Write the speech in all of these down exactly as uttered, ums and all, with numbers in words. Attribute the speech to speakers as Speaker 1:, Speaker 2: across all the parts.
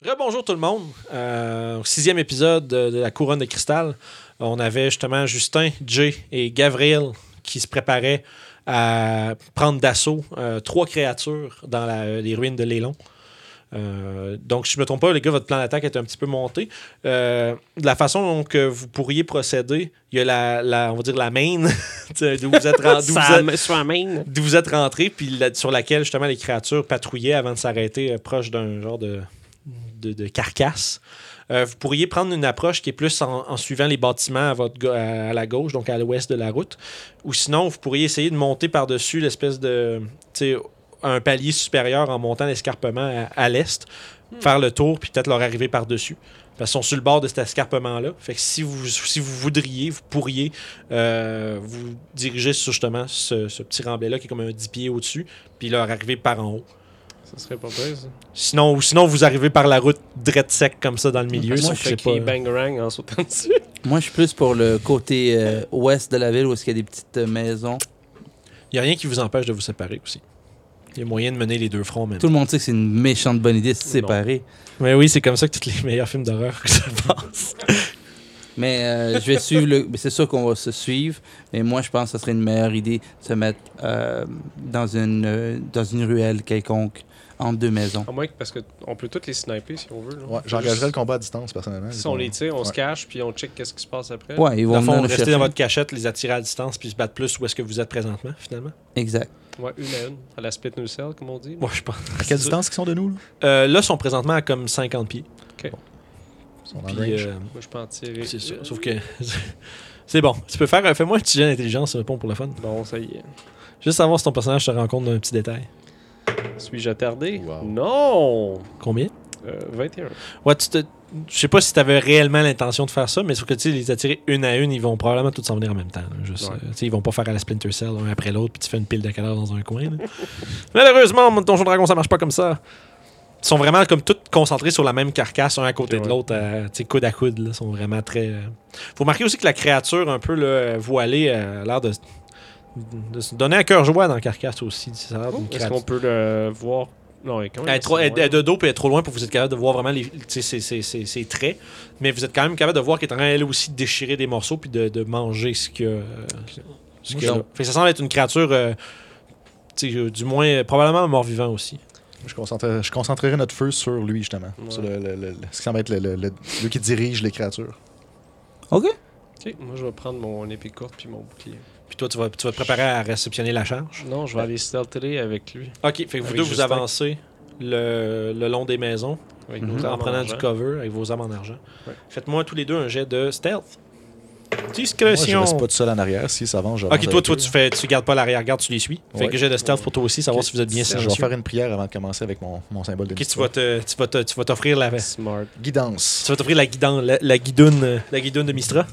Speaker 1: Rebonjour tout le monde. Euh, au sixième épisode de, de la Couronne de Cristal, on avait justement Justin, Jay et Gabriel qui se préparaient à prendre d'assaut euh, trois créatures dans la, les ruines de Lélon. Euh, donc, si je ne me trompe pas, les gars, votre plan d'attaque est un petit peu monté. Euh, de la façon dont que vous pourriez procéder, il y a la, la on va dire la main d'où vous êtes, ren- d'où vous êtes,
Speaker 2: sur la main.
Speaker 1: d'où vous êtes rentré, puis la, sur laquelle justement les créatures patrouillaient avant de s'arrêter euh, proche d'un genre de, de, de carcasse. Euh, vous pourriez prendre une approche qui est plus en, en suivant les bâtiments à, votre, à, à la gauche, donc à l'ouest de la route. Ou sinon, vous pourriez essayer de monter par-dessus l'espèce de... un palier supérieur en montant l'escarpement à, à l'est, hmm. faire le tour, puis peut-être leur arriver par-dessus. Parce qu'ils sont sur le bord de cet escarpement-là. Fait que si vous, si vous voudriez, vous pourriez euh, vous diriger sur justement ce, ce petit remblai-là qui est comme un dix pieds au-dessus, puis leur arriver par en haut.
Speaker 2: Ça serait pas pire, ça.
Speaker 1: Sinon, sinon, vous arrivez par la route drette sec comme ça dans le milieu.
Speaker 2: Moi,
Speaker 1: ça,
Speaker 2: je fais
Speaker 1: pas...
Speaker 2: bang-rang en sautant dessus.
Speaker 3: Moi, je suis plus pour le côté euh, ouest de la ville où il y a des petites euh, maisons.
Speaker 1: Il n'y a rien qui vous empêche de vous séparer aussi. Il y a moyen de mener les deux fronts même.
Speaker 3: Tout le monde sait que c'est une méchante bonne idée de se séparer.
Speaker 1: Mais oui, c'est comme ça que tous les meilleurs films d'horreur se passent.
Speaker 3: Mais euh, je vais suivre le. C'est sûr qu'on va se suivre. Mais moi, je pense que ce serait une meilleure idée de se mettre euh, dans, une, euh, dans une ruelle quelconque entre deux maisons.
Speaker 2: À moins que, parce qu'on peut tous les sniper si on veut. Là.
Speaker 4: Ouais, j'engagerais juste... le combat à distance personnellement.
Speaker 2: Si on les tire, on
Speaker 4: ouais.
Speaker 2: se cache puis on check qu'est-ce qui se passe après.
Speaker 3: Ouais, ils vont
Speaker 1: dans le fond,
Speaker 3: nous
Speaker 1: rester
Speaker 3: chercher.
Speaker 1: dans votre cachette, les attirer à distance puis se battre plus où est-ce que vous êtes présentement, finalement.
Speaker 3: Exact.
Speaker 2: Ouais, une à une. À la split new cell, comme on dit.
Speaker 1: Moi, je pense.
Speaker 4: À quelle distance ils sont de nous là?
Speaker 1: Euh, là, ils sont présentement à comme cinquante pieds.
Speaker 2: OK. Bon.
Speaker 4: Ils sont dans
Speaker 1: Puis,
Speaker 4: le range.
Speaker 1: euh,
Speaker 2: Moi, je peux en tirer.
Speaker 1: c'est ça. Sauf que. c'est bon. Tu peux faire. Fais-moi un petit jet d'intelligence, c'est bon pour le fun.
Speaker 2: Bon, ça y est.
Speaker 1: Juste savoir si ton personnage se rend compte d'un petit détail.
Speaker 2: Suis-je attardé?
Speaker 4: Wow.
Speaker 2: Non!
Speaker 1: Combien?
Speaker 2: Euh, vingt et un.
Speaker 1: Ouais, tu te. Je sais pas si tu avais réellement l'intention de faire ça, mais sauf que tu sais, les attirer une à une, ils vont probablement tous s'en venir en même temps. Là. Juste,
Speaker 2: Ouais.
Speaker 1: euh, tu sais, ils vont pas faire à la Splinter Cell un après l'autre, puis tu fais une pile de cadavres dans un coin. Là. Malheureusement, mon Donjon Dragon, ça marche pas comme ça. Ils sont vraiment comme tous concentrés sur la même carcasse, un à côté
Speaker 2: Ouais.
Speaker 1: de l'autre, euh, tu sais, coude à coude. Ils sont vraiment très. Euh... Faut remarquer aussi que la créature, un peu là, voilée, euh, a l'air de, de se donner un cœur joie dans la carcasse aussi. Ça a l'air d'une
Speaker 2: Est-ce
Speaker 1: créature.
Speaker 2: qu'on peut le voir? Non, elle est quand même
Speaker 1: Elle est, trop,
Speaker 2: assez
Speaker 1: elle,
Speaker 2: loin.
Speaker 1: elle est de dos puis elle est trop loin pour que vous êtes capable de voir vraiment les, ses, ses, ses, ses, ses traits. Mais vous êtes quand même capable de voir qu'elle est en train, elle aussi, de déchirer des morceaux puis de, de manger ce que. Euh, ce que
Speaker 3: Donc-
Speaker 1: fait que ça semble être une créature, euh, tu sais, euh, du moins, euh, probablement un mort-vivant aussi.
Speaker 4: Je, concentrerai, je concentrerai notre feu sur lui justement.
Speaker 2: Ouais.
Speaker 4: Sur le, le, le, le- ce qui semble être le, le, le- celui qui dirige les créatures.
Speaker 3: OK.
Speaker 2: Ok, moi, je vais prendre mon épée courte puis mon bouclier.
Speaker 1: Puis toi, tu vas, tu vas te préparer à réceptionner la charge.
Speaker 2: Non, je vais aller stealther avec lui.
Speaker 1: Ok, fait que vous
Speaker 2: Avec
Speaker 1: deux, vous
Speaker 2: Justin.
Speaker 1: avancez le, le long des maisons
Speaker 2: Avec
Speaker 3: Mhm.
Speaker 2: nos
Speaker 1: en
Speaker 2: armes
Speaker 1: prenant
Speaker 2: argent.
Speaker 1: du cover avec vos armes en argent.
Speaker 2: Ouais.
Speaker 1: Faites-moi tous les deux un jet de stealth.
Speaker 4: Moi, je
Speaker 1: Discrétion.
Speaker 4: reste pas tout seul en arrière. Si ça avance, je
Speaker 1: Ok,
Speaker 4: avance
Speaker 1: toi,
Speaker 4: avec
Speaker 1: toi
Speaker 4: eux.
Speaker 1: tu fais, tu gardes pas l'arrière-garde, tu les suis. Fait
Speaker 4: Ouais.
Speaker 1: que j'ai de stealth pour toi aussi, savoir
Speaker 2: Ok.
Speaker 1: si vous êtes bien
Speaker 4: Je vais
Speaker 1: silencieux.
Speaker 4: faire une prière avant de commencer avec mon, mon symbole de
Speaker 1: Ok, tu
Speaker 4: l'histoire.
Speaker 1: vas te, tu vas te- tu vas t'offrir la, tu
Speaker 2: Smart.
Speaker 4: Guidance.
Speaker 1: vas t'offrir la guidane, la, la guidoune, euh, la guidoune de Mistra.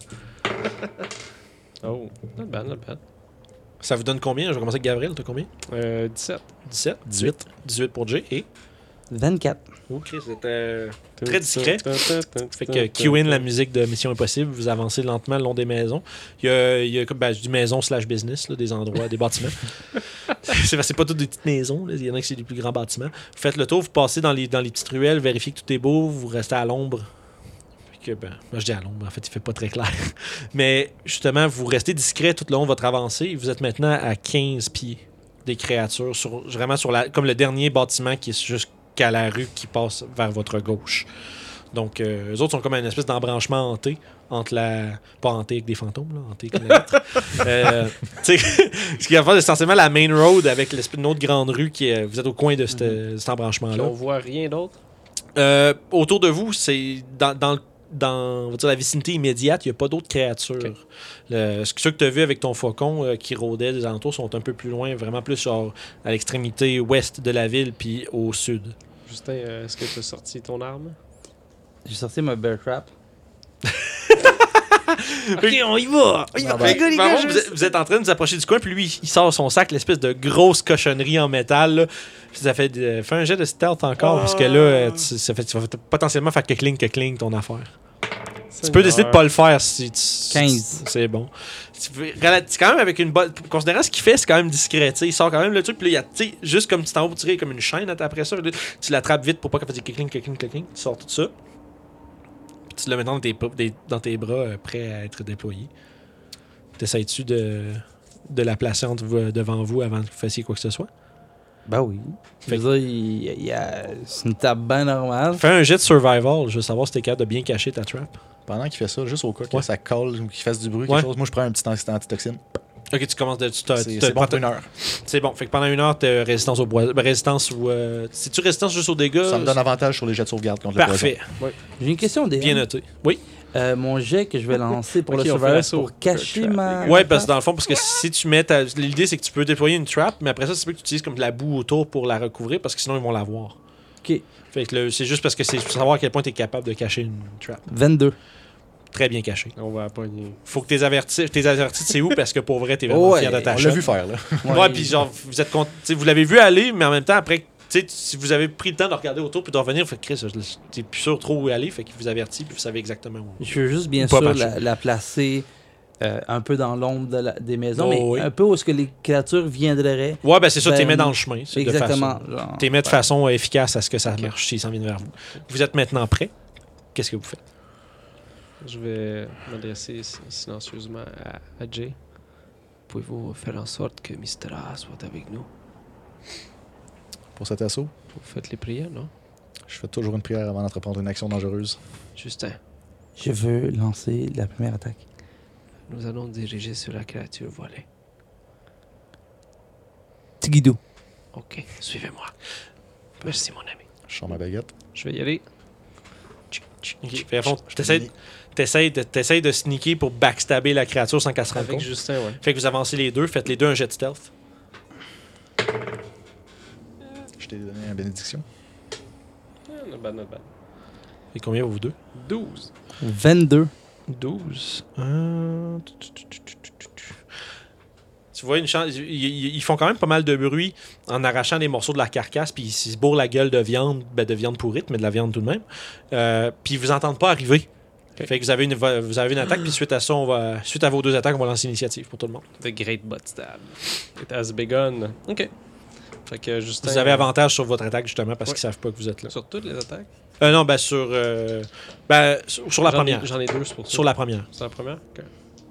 Speaker 2: Oh, not bad, not bad.
Speaker 1: Ça vous donne combien? Je vais commencer avec Gabriel, t'as combien?
Speaker 2: Euh, dix-sept.
Speaker 1: dix-sept, dix-huit, dix-huit pour Jay et...
Speaker 3: vingt-quatre.
Speaker 1: Oh, Chris, c'était très discret. Fait que cue in la musique de Mission Impossible, vous avancez lentement le long des maisons. Il y a, il y a comme ben, du maison slash business, là, des endroits, des bâtiments. c'est, c'est pas toutes des petites maisons, là. Il y en a qui c'est des plus grands bâtiments. Vous faites le tour, vous passez dans les, dans les petites ruelles, vérifiez que tout est beau, vous restez à l'ombre. Fait que, ben, moi je dis à l'ombre, en fait il fait pas très clair. Mais justement, vous restez discret tout le long de votre avancée et vous êtes maintenant à quinze pieds des créatures, sur, vraiment sur la, comme le dernier bâtiment qui est juste qu'à la rue qui passe vers votre gauche. Donc, euh, eux autres sont comme une espèce d'embranchement hanté entre la... Pas hanté avec des fantômes, là, hanté comme la lettre. euh, tu sais, ce qui va faire essentiellement la main road avec l'espèce d'une autre grande rue qui est... Vous êtes au coin de cette-
Speaker 2: Mm-hmm.
Speaker 1: cet embranchement-là.
Speaker 2: On voit rien d'autre.
Speaker 1: Euh, autour de vous, c'est dans, dans, dans on va dire, la vicinité immédiate, il n'y a pas d'autres créatures.
Speaker 2: Ok.
Speaker 1: Le, ce que tu as vu avec ton faucon euh, qui rôdait des alentours sont un peu plus loin, vraiment plus genre, à l'extrémité ouest de la ville puis au sud.
Speaker 2: Justin, euh, est-ce que tu as sorti ton arme?
Speaker 3: J'ai sorti ma bear trap.
Speaker 1: Ok, on y va!
Speaker 4: Ah, ben,
Speaker 1: Fait que, par contre, vous, êtes, vous êtes en train de vous approcher du coin, puis lui, il sort son sac, l'espèce de grosse cochonnerie en métal. Là. Puis ça fait, euh, fais un jet de stealth encore, parce que là, euh, tu, ça fait, tu vas potentiellement faire que cling, que cling ton affaire. Tu peux décider de pas le faire si tu...
Speaker 3: quinze.
Speaker 1: C'est bon. Tu peux- rela- C'est quand même avec une bonne... Considérant ce qu'il fait, c'est quand même discret. t'sais. Il sort quand même le truc, puis là, il y a, t'sais, juste comme tu t'en vas pour tirer comme une chaîne après ça, là, tu l'attrapes vite pour pas qu'elle fasse des clickling, clickling, clickling. Tu sors tout ça. Puis tu le mets dans tes, des- dans tes bras, euh, prêt à être déployé. T'essayes-tu de, de la placer entre vous- devant vous avant que vous fassiez quoi que ce soit?
Speaker 3: Ben oui. Je
Speaker 1: Fait
Speaker 3: veux dire, il, il y a... c'est une table bien normale.
Speaker 1: Fais un jet de survival. Je veux savoir si t'es capable de bien cacher ta trap.
Speaker 4: Pendant qu'il fait ça, juste au cas que
Speaker 1: Ouais.
Speaker 4: ça colle ou qu'il fasse du bruit,
Speaker 1: Ouais.
Speaker 4: quelque chose, moi je prends un petit anti- antitoxine.
Speaker 1: Ok, tu commences de. Tu t'as-
Speaker 4: C'est
Speaker 1: tu
Speaker 4: c'est
Speaker 1: t'as-
Speaker 4: bon pour une heure.
Speaker 1: C'est bon. Fait que pendant une heure, t'as résistance au bois. ben, Résistance ou. Euh... C'est-tu résistance juste aux dégâts?
Speaker 4: Ça me donne avantage sur les jets de sauvegarde contre le
Speaker 1: Parfait.
Speaker 3: J'ai une question des
Speaker 1: Bien noté. Oui.
Speaker 3: Euh, mon jet que je vais lancer pour
Speaker 2: Ok,
Speaker 3: le
Speaker 2: on fait
Speaker 3: survival
Speaker 2: la
Speaker 3: c'est pour
Speaker 2: sauve-
Speaker 3: cacher
Speaker 2: trap,
Speaker 3: ma.
Speaker 2: les gars.
Speaker 1: Ouais, parce que dans le fond, parce que si tu mets ta. L'idée, c'est que tu peux déployer une trap, mais après ça, c'est pas que tu utilises comme de la boue autour pour la recouvrir, parce que sinon, ils vont la voir.
Speaker 3: Ok.
Speaker 1: Fait que le- c'est juste parce que c'est pour savoir à quel point t'es capable de cacher une trap.
Speaker 3: vingt-deux.
Speaker 1: Très bien caché.
Speaker 2: On va la pogner.
Speaker 1: Faut que t'es averti, t'es averti de c'est où, parce que pour vrai, t'es vraiment
Speaker 3: Ouais,
Speaker 1: fier de ta
Speaker 4: On
Speaker 1: shot.
Speaker 4: l'a vu faire, là.
Speaker 1: Ouais, puis genre, vous êtes cont- t'sais, vous l'avez vu aller, mais en même temps, après, tu sais, si vous avez pris le temps de regarder autour puis de revenir, fait que Chris, t'es plus sûr trop où aller, fait qu'il vous avertit puis vous savez exactement où.
Speaker 3: Je veux juste bien
Speaker 1: Pas
Speaker 3: sûr
Speaker 1: par
Speaker 3: la, la placer euh, un peu dans l'ombre de la- des maisons,
Speaker 1: Oh,
Speaker 3: mais
Speaker 1: oui.
Speaker 3: un peu où est-ce que les créatures viendraient.
Speaker 1: Ouais, ben c'est ça,
Speaker 3: Ben,
Speaker 1: t'es mets dans le chemin. c'est de
Speaker 3: Exactement.
Speaker 1: façon-
Speaker 3: genre.
Speaker 1: T'es mets de façon euh, efficace à ce que ça marche s'ils s'en viennent vers vous. Vous êtes maintenant prêts. Qu'est-ce que vous faites?
Speaker 2: Je vais m'adresser si- silencieusement à, à Jay. Pouvez-vous faire en sorte que Mister A soit avec nous?
Speaker 4: Pour cet assaut,
Speaker 2: Vous faites les prières, non?
Speaker 4: je fais toujours une prière avant d'entreprendre une action dangereuse.
Speaker 2: Justin,
Speaker 3: Je veux lancer la première attaque.
Speaker 2: nous allons diriger sur la créature voilée.
Speaker 3: Tigidou.
Speaker 2: Ok, suivez-moi. Merci, mon ami.
Speaker 4: Je sors ma baguette.
Speaker 2: Je vais y aller.
Speaker 1: Ok. Fait, à fond,
Speaker 4: Je- je
Speaker 1: t'essayes-
Speaker 4: finis.
Speaker 1: T'essayes de, t'essayes de sneaker pour backstabber la créature sans qu'elle se rende
Speaker 2: Avec
Speaker 1: compte.
Speaker 2: Justin, ouais.
Speaker 1: Fait que vous avancez les deux, faites les deux un jet de stealth.
Speaker 4: Je t'ai donné une bénédiction.
Speaker 2: Ah, not bad, not bad.
Speaker 1: Et combien vous deux?
Speaker 2: douze.
Speaker 3: vingt-deux.
Speaker 1: douze. Euh, tu- tu- tu- tu- tu- tu- tu- Tu vois une chance. Ils, ils- ils font quand même pas mal de bruit en arrachant des morceaux de la carcasse, puis ils se bourrent la gueule de viande, ben de viande pourrite, mais de la viande tout de même. Euh, puis ils vous entendent pas arriver.
Speaker 2: Ok.
Speaker 1: Fait que vous avez une, vous avez une attaque, puis suite à ça, on va, suite à vos deux attaques, on va lancer l'initiative pour tout le monde.
Speaker 2: The Great Butt Stab. It has begun. Ok. Fait que Justin.
Speaker 1: Vous avez avantage sur votre attaque justement parce
Speaker 2: Ouais.
Speaker 1: qu'ils savent pas que vous êtes là.
Speaker 2: Sur toutes les attaques?
Speaker 1: Euh, non, ben sur, euh, ben, sur, sur la
Speaker 2: J'en ai-
Speaker 1: première.
Speaker 2: J'en ai deux, c'est pour ça.
Speaker 1: Sur la première.
Speaker 2: C'est la première? Ok.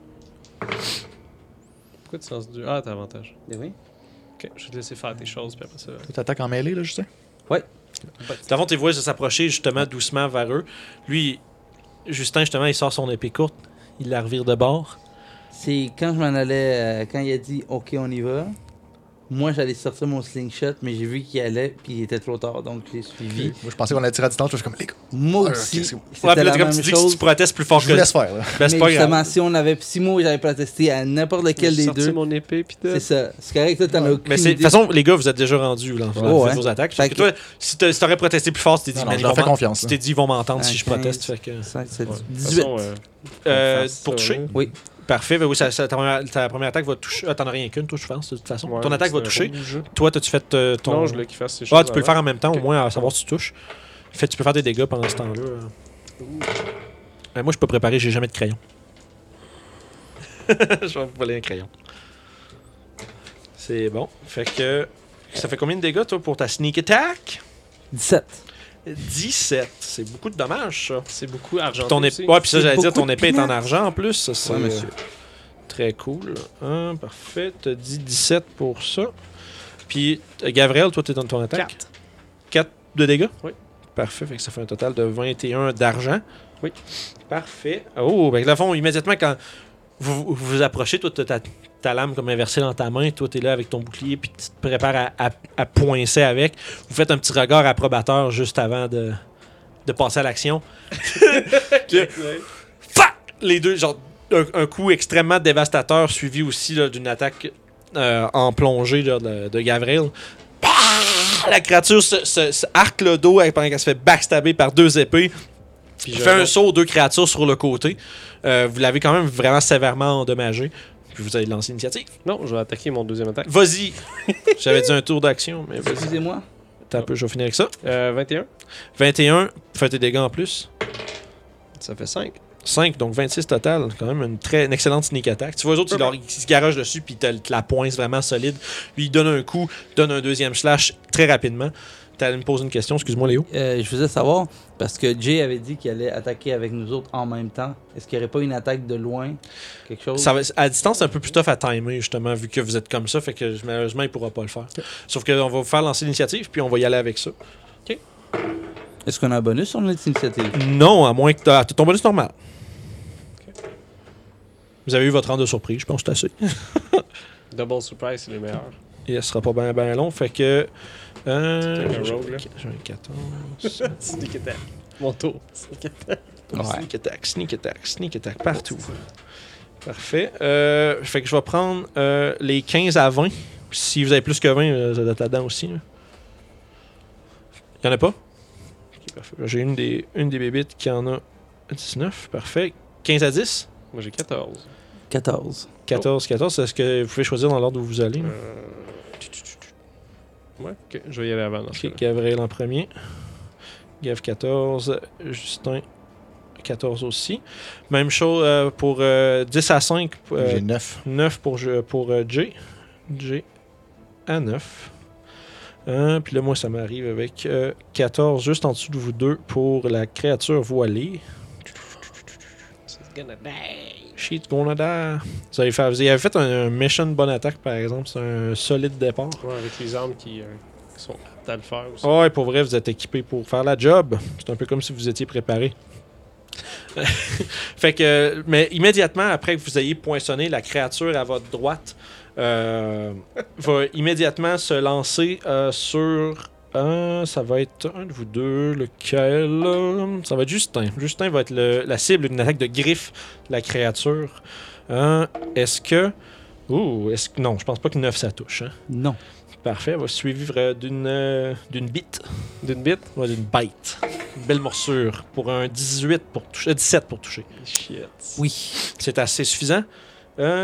Speaker 2: Pourquoi tu lances du. Ah, t'as avantage.
Speaker 3: Oui.
Speaker 2: Ok, je vais te laisser faire tes choses, puis après ça.
Speaker 4: Tu attaques en mêlée, là, Justin?
Speaker 1: D'avant, tu les vois s'approcher justement doucement vers eux. Lui, Justin, justement, il sort son épée courte. Il la revire de bord.
Speaker 3: C'est quand je m'en allais, euh, quand il a dit OK, on y va. Moi, j'allais sortir mon slingshot, mais j'ai vu qu'il allait, puis il était trop tard, donc je l'ai suivi.
Speaker 4: Moi, je pensais qu'on allait tirer à distance, je suis comme, les gars,
Speaker 3: Moi
Speaker 4: Ah,
Speaker 3: aussi,
Speaker 4: ok, c'est-
Speaker 1: Ouais,
Speaker 3: c'était
Speaker 1: puis là,
Speaker 3: la
Speaker 1: t'es comme
Speaker 3: même
Speaker 1: tu dis que si
Speaker 3: chose.
Speaker 1: tu protestes plus fort
Speaker 4: je
Speaker 1: que
Speaker 4: vous laisse faire, là.
Speaker 1: Ben, c'est
Speaker 3: mais
Speaker 1: pas
Speaker 3: justement,
Speaker 1: grave.
Speaker 3: si on avait, si moi j'avais protesté à n'importe lequel
Speaker 2: J'ai
Speaker 3: des
Speaker 2: sorti
Speaker 3: deux,
Speaker 2: mon épée, puis
Speaker 3: c'est
Speaker 2: tout.
Speaker 3: ça. C'est correct, toi, t'en as aucune
Speaker 1: Mais c'est- de
Speaker 3: idée.
Speaker 1: toute façon, les gars, vous êtes déjà rendus là,
Speaker 3: Ouais,
Speaker 1: dans
Speaker 3: ouais.
Speaker 1: vos attaques.
Speaker 3: Fait
Speaker 1: Fait que toi, si t'a- si t'aurais protesté plus fort, tu t'es dit,
Speaker 4: Non, non,
Speaker 1: man,
Speaker 4: je
Speaker 1: ils
Speaker 4: leur
Speaker 1: vont
Speaker 4: fais
Speaker 1: m'en-
Speaker 4: confiance,
Speaker 1: tu
Speaker 4: là.
Speaker 1: t'es dit, ils vont m'entendre
Speaker 3: Ah,
Speaker 1: si je
Speaker 3: quinze.
Speaker 1: proteste. Fait que...
Speaker 3: Ça, c'est
Speaker 2: Ouais.
Speaker 3: dix-huit.
Speaker 2: De toute façon, euh,
Speaker 1: Euh,
Speaker 2: on fasse
Speaker 1: pour
Speaker 2: ça,
Speaker 1: toucher?
Speaker 2: là.
Speaker 3: Oui.
Speaker 1: Parfait. Ben oui, ça- ça- ta, première, ta première attaque va toucher. Ah, t'en as rien qu'une, toi, je pense, de toute façon.
Speaker 2: Ouais,
Speaker 1: Ton attaque va
Speaker 2: c'est un
Speaker 1: toucher.
Speaker 2: rouge.
Speaker 1: Toi, t'as-tu fait euh, ton.
Speaker 2: Non, je voulais qu'il fasse ses choses.
Speaker 1: Ah, tu peux le faire en même temps,
Speaker 2: Ok.
Speaker 1: au moins, à savoir si tu touches. Fait, tu peux faire des dégâts pendant ce temps-là. euh. Euh, moi, je peux préparer, j'ai jamais de crayon. Je vais vous voler un crayon. C'est bon. Fait que. Ça fait combien de dégâts, toi, pour ta sneak attack?
Speaker 3: dix-sept.
Speaker 1: dix-sept. C'est beaucoup de dommages, ça.
Speaker 2: C'est beaucoup argenté.
Speaker 1: Ton
Speaker 2: aussi.
Speaker 1: épée. Ouais, puis ça,
Speaker 3: C'est
Speaker 1: j'allais dire,
Speaker 3: beaucoup
Speaker 1: ton
Speaker 3: de
Speaker 1: épée est en
Speaker 3: peanuts.
Speaker 1: argent en plus. Ça, c'est
Speaker 3: Ouais, monsieur.
Speaker 1: très cool. Hein, parfait. T'as dit dix-sept pour ça. Puis, euh, Gabriel, toi, t'es dans ton attaque?
Speaker 2: quatre.
Speaker 1: quatre de dégâts?
Speaker 2: Oui.
Speaker 1: Parfait. Fait que ça fait un total de vingt et un d'argent.
Speaker 2: Oui.
Speaker 1: Parfait. Oh, ben, dans le fond, immédiatement, quand vous vous, vous approchez, toi, t'as ta, ta lame comme inversée dans ta main. Toi, t'es là avec ton bouclier, puis tu te prépares à, à, à poincer avec. Vous faites un petit regard approbateur juste avant de, de passer à l'action. Que- Fa! Les deux, genre, un, un coup extrêmement dévastateur, suivi aussi là, d'une attaque euh, en plongée là, de, de Gabriel. Bah! La créature se, se- se arque le dos pendant qu'elle se fait backstabber par deux épées.
Speaker 2: Puis
Speaker 1: Il
Speaker 2: je-
Speaker 1: fait un saut aux deux créatures sur le côté. Euh, vous l'avez quand même vraiment sévèrement endommagé. Puis vous allez lancer l'initiative.
Speaker 2: Non, je vais attaquer mon deuxième attaque.
Speaker 1: Vas-y! J'avais dit un tour d'action, mais vas-y.
Speaker 3: Excusez-moi.
Speaker 1: Attends un peu, je vais finir avec ça.
Speaker 2: Euh, vingt et un.
Speaker 1: vingt et un, fais tes dégâts en plus.
Speaker 2: Ça fait cinq.
Speaker 1: cinq, donc vingt-six total. Quand même une, très, une excellente sneak attack. Tu vois, eux autres, ils, leur- ils se garagent dessus, puis t'as la pointe vraiment solide. Lui, il donne un coup, donne un deuxième slash très rapidement. T'allais me poser une question, excuse-moi, Léo.
Speaker 3: Euh, je voulais savoir, parce que Jay avait dit qu'il allait attaquer avec nous autres en même temps. Est-ce qu'il n'y aurait pas une attaque de loin? Quelque chose?
Speaker 1: Ça va, à distance, c'est un peu plus tough à timer, justement, vu que vous êtes comme ça, fait que malheureusement, il ne pourra pas le faire. Okay. Sauf qu'on va vous faire lancer l'initiative, puis on va y aller avec ça.
Speaker 3: OK. Est-ce qu'on a un bonus sur notre initiative?
Speaker 1: Non, à moins que tu aies ton bonus normal. Okay. Vous avez eu votre rang de surprise, je pense que c'est assez.
Speaker 2: Double surprise, c'est les meilleurs.
Speaker 1: Et ce sera pas bien ben long, fait que... Euh,
Speaker 2: j'ai un rogue, là.
Speaker 1: J'ai un quatorze.
Speaker 2: Sneak attack. Mon tour. Sneak attack.
Speaker 1: Ouais. Sneak attack, sneak attack, sneak attack, partout. Parfait. Euh, fait que je vais prendre euh, les quinze à vingt. Si vous avez plus que vingt, euh, ça doit être là-dedans aussi. Là. Il n'y en a pas? Okay, parfait. J'ai une des, une des bébites qui en a dix-neuf. Parfait. quinze à dix?
Speaker 2: Moi, j'ai quatorze.
Speaker 3: quatorze.
Speaker 1: quatorze, quatorze. Est-ce que vous pouvez choisir dans l'ordre où vous allez?
Speaker 2: Euh... Ouais, ok. Je vais y aller avant. Dans
Speaker 1: ok, Gabriel en premier. Gav quatorze. Justin quatorze aussi. Même chose euh, pour euh, dix à cinq. Euh,
Speaker 4: J'ai neuf.
Speaker 1: neuf pour, pour euh, Jay. Jay à neuf. Hein, puis là, moi, ça m'arrive avec euh, quatorze juste en dessous de vous deux pour la créature voilée.
Speaker 2: She's gonna die.
Speaker 1: She's gonna die. Vous avez fait, vous avez fait un, un méchant bonne attaque, par exemple. C'est un solide départ.
Speaker 2: Ouais, avec les armes qui, euh, qui sont aptes à le faire aussi.
Speaker 1: Ouais, pour vrai, vous êtes équipé pour faire la job. C'est un peu comme si vous étiez préparé. Fait que, mais immédiatement après que vous ayez poinçonné la créature à votre droite, euh, va immédiatement se lancer euh, sur. Euh, ça va être un de vous deux, lequel euh, ça va être Justin. Justin va être le, la cible d'une attaque de griffe de la créature. Euh, est-ce que. Ouh, est-ce que. Non, je pense pas que neuf ça touche. Hein?
Speaker 3: Non.
Speaker 1: Parfait, elle va suivre euh, d'une euh, d'une bite.
Speaker 2: D'une bite?
Speaker 1: Ouais, d'une bite. Une belle morsure pour un dix-huit pour toucher. dix-sept pour toucher.
Speaker 2: Shit.
Speaker 3: Oui.
Speaker 1: C'est assez suffisant. Euh,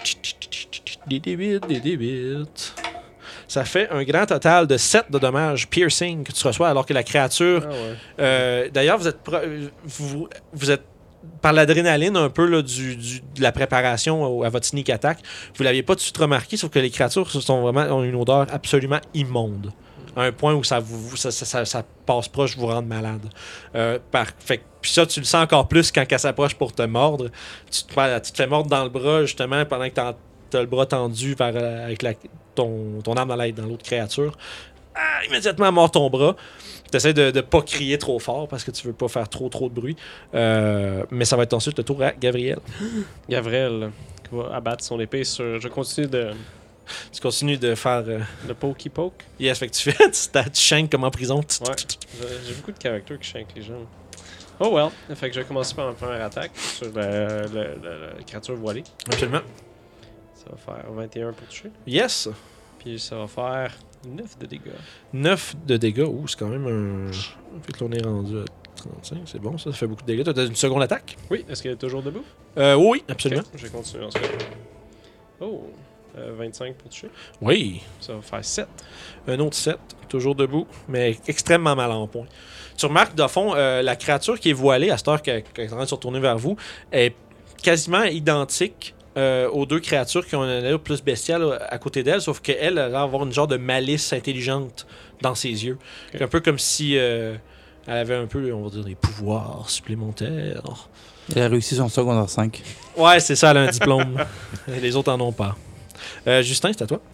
Speaker 1: des débits, des débits. Ça fait un grand total de sept de dommages piercing que tu reçois alors que la créature.
Speaker 2: Ah ouais.
Speaker 1: Euh, d'ailleurs, vous êtes pro- vous, vous êtes par l'adrénaline un peu là, du, du, de la préparation à votre sneak attack. Vous l'aviez pas tout de suite remarqué, sauf que les créatures sont vraiment, ont une odeur absolument immonde. À un point où ça vous ça, ça, ça, ça passe proche, vous rendre malade. Euh, par, fait, puis ça, tu le sens encore plus quand elle s'approche pour te mordre. Tu te, tu te fais mordre dans le bras, justement, pendant que tu as le bras tendu vers, avec la, ton, ton arme dans l'aide dans l'autre créature. Ah, immédiatement, mord ton bras. Tu essaies de ne pas crier trop fort parce que tu veux pas faire trop trop de bruit. Euh, mais ça va être ensuite le tour à Gabriel.
Speaker 2: Gabriel qui va abattre son épée sur. Je continue de.
Speaker 1: Tu continues de faire. Euh...
Speaker 2: Le pokey poke.
Speaker 1: Yes, fait que tu fais. tu, tu chaînes comme en prison.
Speaker 2: Ouais. J'ai beaucoup de caractères qui chaînent les gens. Oh well. Fait que je vais commencer par ma première attaque sur la, la, la, la créature voilée.
Speaker 1: Absolument.
Speaker 2: Ça va faire vingt et un pour toucher.
Speaker 1: Yes.
Speaker 2: Puis ça va faire neuf de dégâts.
Speaker 1: neuf de dégâts. Ouh, c'est quand même un. Fait que là, on est rendu à trente-cinq. C'est bon, ça. Ça fait beaucoup de dégâts. Tu as une seconde attaque?
Speaker 2: Oui. Est-ce qu'elle est toujours debout?
Speaker 1: Euh, oui, absolument.
Speaker 2: Okay. Je vais continuer ensuite. Oh. Euh, vingt-cinq pour toucher.
Speaker 1: Oui.
Speaker 2: Ça va faire sept.
Speaker 1: Un autre sept. Toujours debout, mais extrêmement mal en point. Tu remarques, de fond, euh, la créature qui est voilée, à cette heure qu'elle est en train de se retourner vers vous, est quasiment identique euh, aux deux créatures qui ont une allure plus bestiale à côté d'elle, sauf qu'elle, elle va avoir une genre de malice intelligente dans ses yeux. Okay. Un peu comme si euh, elle avait un peu, on va dire, des pouvoirs supplémentaires.
Speaker 3: Elle a réussi son secondaire cinq.
Speaker 1: Ouais, c'est ça, elle a un diplôme. Les autres en ont pas. Euh, Justin, c'est à toi.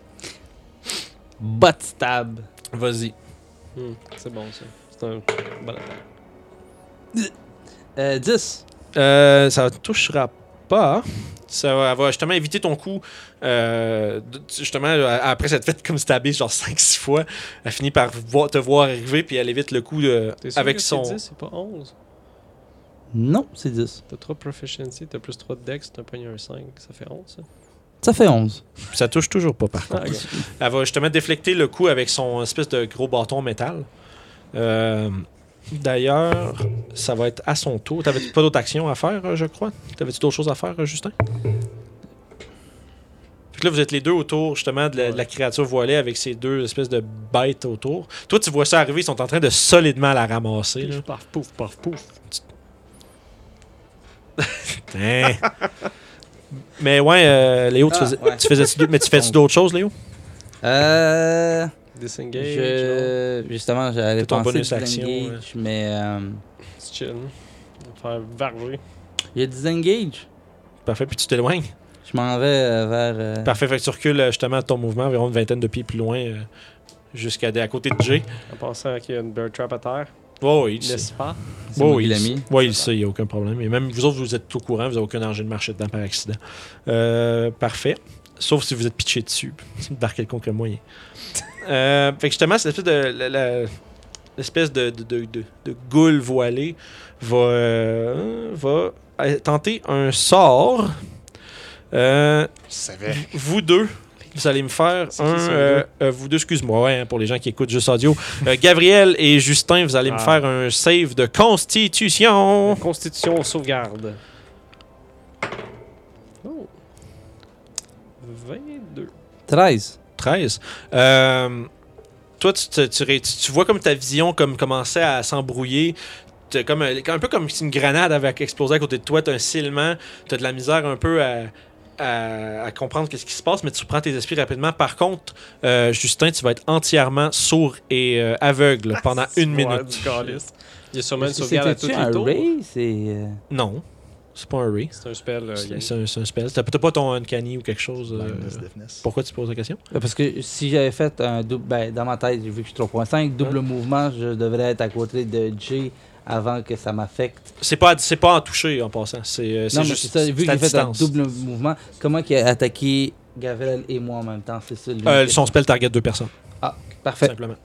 Speaker 3: Butt stab.
Speaker 1: Vas-y.
Speaker 2: Hmm, c'est bon, ça. C'est un bon attaque.
Speaker 3: Euh, dix.
Speaker 1: Euh, ça ne touchera pas. Ça va, elle va justement éviter ton coup. Euh, justement, après s'être fait comme stabber genre cinq six fois, elle finit par voir, te voir arriver puis elle évite le coup de,
Speaker 2: T'es sûr
Speaker 1: avec
Speaker 2: que
Speaker 1: son.
Speaker 2: C'est dix, c'est pas onze.
Speaker 3: Non, c'est dix.
Speaker 2: T'as trois proficiency, t'as plus trois de dex, t'as pogné un cinq. Ça fait onze, ça.
Speaker 3: Ça fait onze.
Speaker 1: Ça touche toujours pas, par contre.
Speaker 2: Ah, okay.
Speaker 1: Elle va justement déflecter le coup avec son espèce de gros bâton métal. Euh, D'ailleurs, ça va être à son tour. T'avais-tu pas d'autres actions à faire, je crois? T'avais-tu d'autres choses à faire, Justin? Fait que là, vous êtes les deux autour, justement, de la, de la créature voilée avec ces deux espèces de bêtes autour. Toi, tu vois ça arriver, ils sont en train de solidement la ramasser. Là.
Speaker 2: Paf, pouf, paf, pouf.
Speaker 1: Hein? Mais ouais, euh, Léo, tu
Speaker 3: Ah,
Speaker 1: faisais,
Speaker 3: ouais.
Speaker 1: tu faisais mais tu fais-tu d'autres choses, Léo?
Speaker 3: Euh...
Speaker 2: Disengage.
Speaker 3: Je... Justement, j'allais
Speaker 1: C'est ton
Speaker 3: penser
Speaker 1: bonus action,
Speaker 3: disengage, mais... Euh...
Speaker 2: C'est chill. On va faire varger.
Speaker 3: Il y a disengage.
Speaker 1: Parfait, puis tu t'éloignes.
Speaker 3: Je m'en vais euh, vers... euh,
Speaker 1: Parfait, fait que tu recules euh, justement ton mouvement environ une vingtaine de pieds plus loin, euh, jusqu'à à côté de Jay.
Speaker 2: En pensant qu'il y a une bear trap à terre.
Speaker 1: Oh, oui, il sait.
Speaker 2: N'est-ce pas?
Speaker 3: c'est
Speaker 1: Oh,
Speaker 3: moi
Speaker 1: oui,
Speaker 3: qui
Speaker 1: il
Speaker 3: l'ai
Speaker 1: sait.
Speaker 3: mis.
Speaker 1: Oui, il sait, il n'y a aucun problème. Et même vous autres, vous êtes au courant, vous n'avez aucun danger de marcher dedans par accident. Euh, parfait. Sauf si vous êtes pitché dessus, par quelconque moyen. euh, fait que justement, c'est l'espèce de, la, la- l'espèce de, de, de, de, de goule voilée va, euh, va euh, tenter un sort. Euh,
Speaker 4: Je savais.
Speaker 1: vous deux, vous allez me faire
Speaker 2: C'est qui,
Speaker 1: un...
Speaker 2: ça,
Speaker 1: euh, euh, vous deux, excuse-moi, ouais, hein, pour les gens qui écoutent juste audio. Euh, Gabriel et Justin, vous allez me
Speaker 2: Ah.
Speaker 1: faire un save de constitution.
Speaker 2: Constitution sauvegarde. Oh. vingt-deux.
Speaker 3: treize.
Speaker 1: treize. Euh, toi, tu, te- tu ré- tu- tu vois comme ta vision comme commençait à s'embrouiller. T'as Comme, un un peu comme si une grenade avait explosé à côté de toi. Tu as un silement. Tu as de la misère un peu à, à, à comprendre ce qui se passe, mais tu prends tes esprits rapidement. Par contre, euh, Justin, tu vas être entièrement sourd et euh, aveugle pendant une
Speaker 2: Ouais,
Speaker 1: minute.
Speaker 2: du calice. Il y a sûrement une
Speaker 3: Est-ce que
Speaker 2: sauvegarde à tous
Speaker 3: c'était-tu
Speaker 2: les
Speaker 3: un
Speaker 2: tours.
Speaker 3: ray? C'est... euh,
Speaker 1: Non, c'est pas un ray.
Speaker 2: C'est un spell. euh,
Speaker 1: C'est
Speaker 2: Yann.
Speaker 1: c'est un, c'est un spell. T'as t'as pas ton uncanny ou quelque chose. euh,
Speaker 4: Blindness, deafness.
Speaker 1: Pourquoi tu poses la question?
Speaker 3: Parce que si j'avais fait un double... Ben, dans ma tête, vu que je suis trois point cinq, double mouvement, je devrais être à côté de Jay avant que ça m'affecte.
Speaker 1: C'est pas, c'est pas en toucher en passant. C'est euh, c'est
Speaker 3: Non, mais
Speaker 1: juste
Speaker 3: c'est ça, vu
Speaker 1: c'est à
Speaker 3: que j'ai fait un
Speaker 1: distance.
Speaker 3: double mouvement, comment il a attaqué Gabriel et moi en même temps? C'est ça, lui.
Speaker 1: Euh, son spell target deux personnes.
Speaker 3: Parfait.
Speaker 1: Simplement.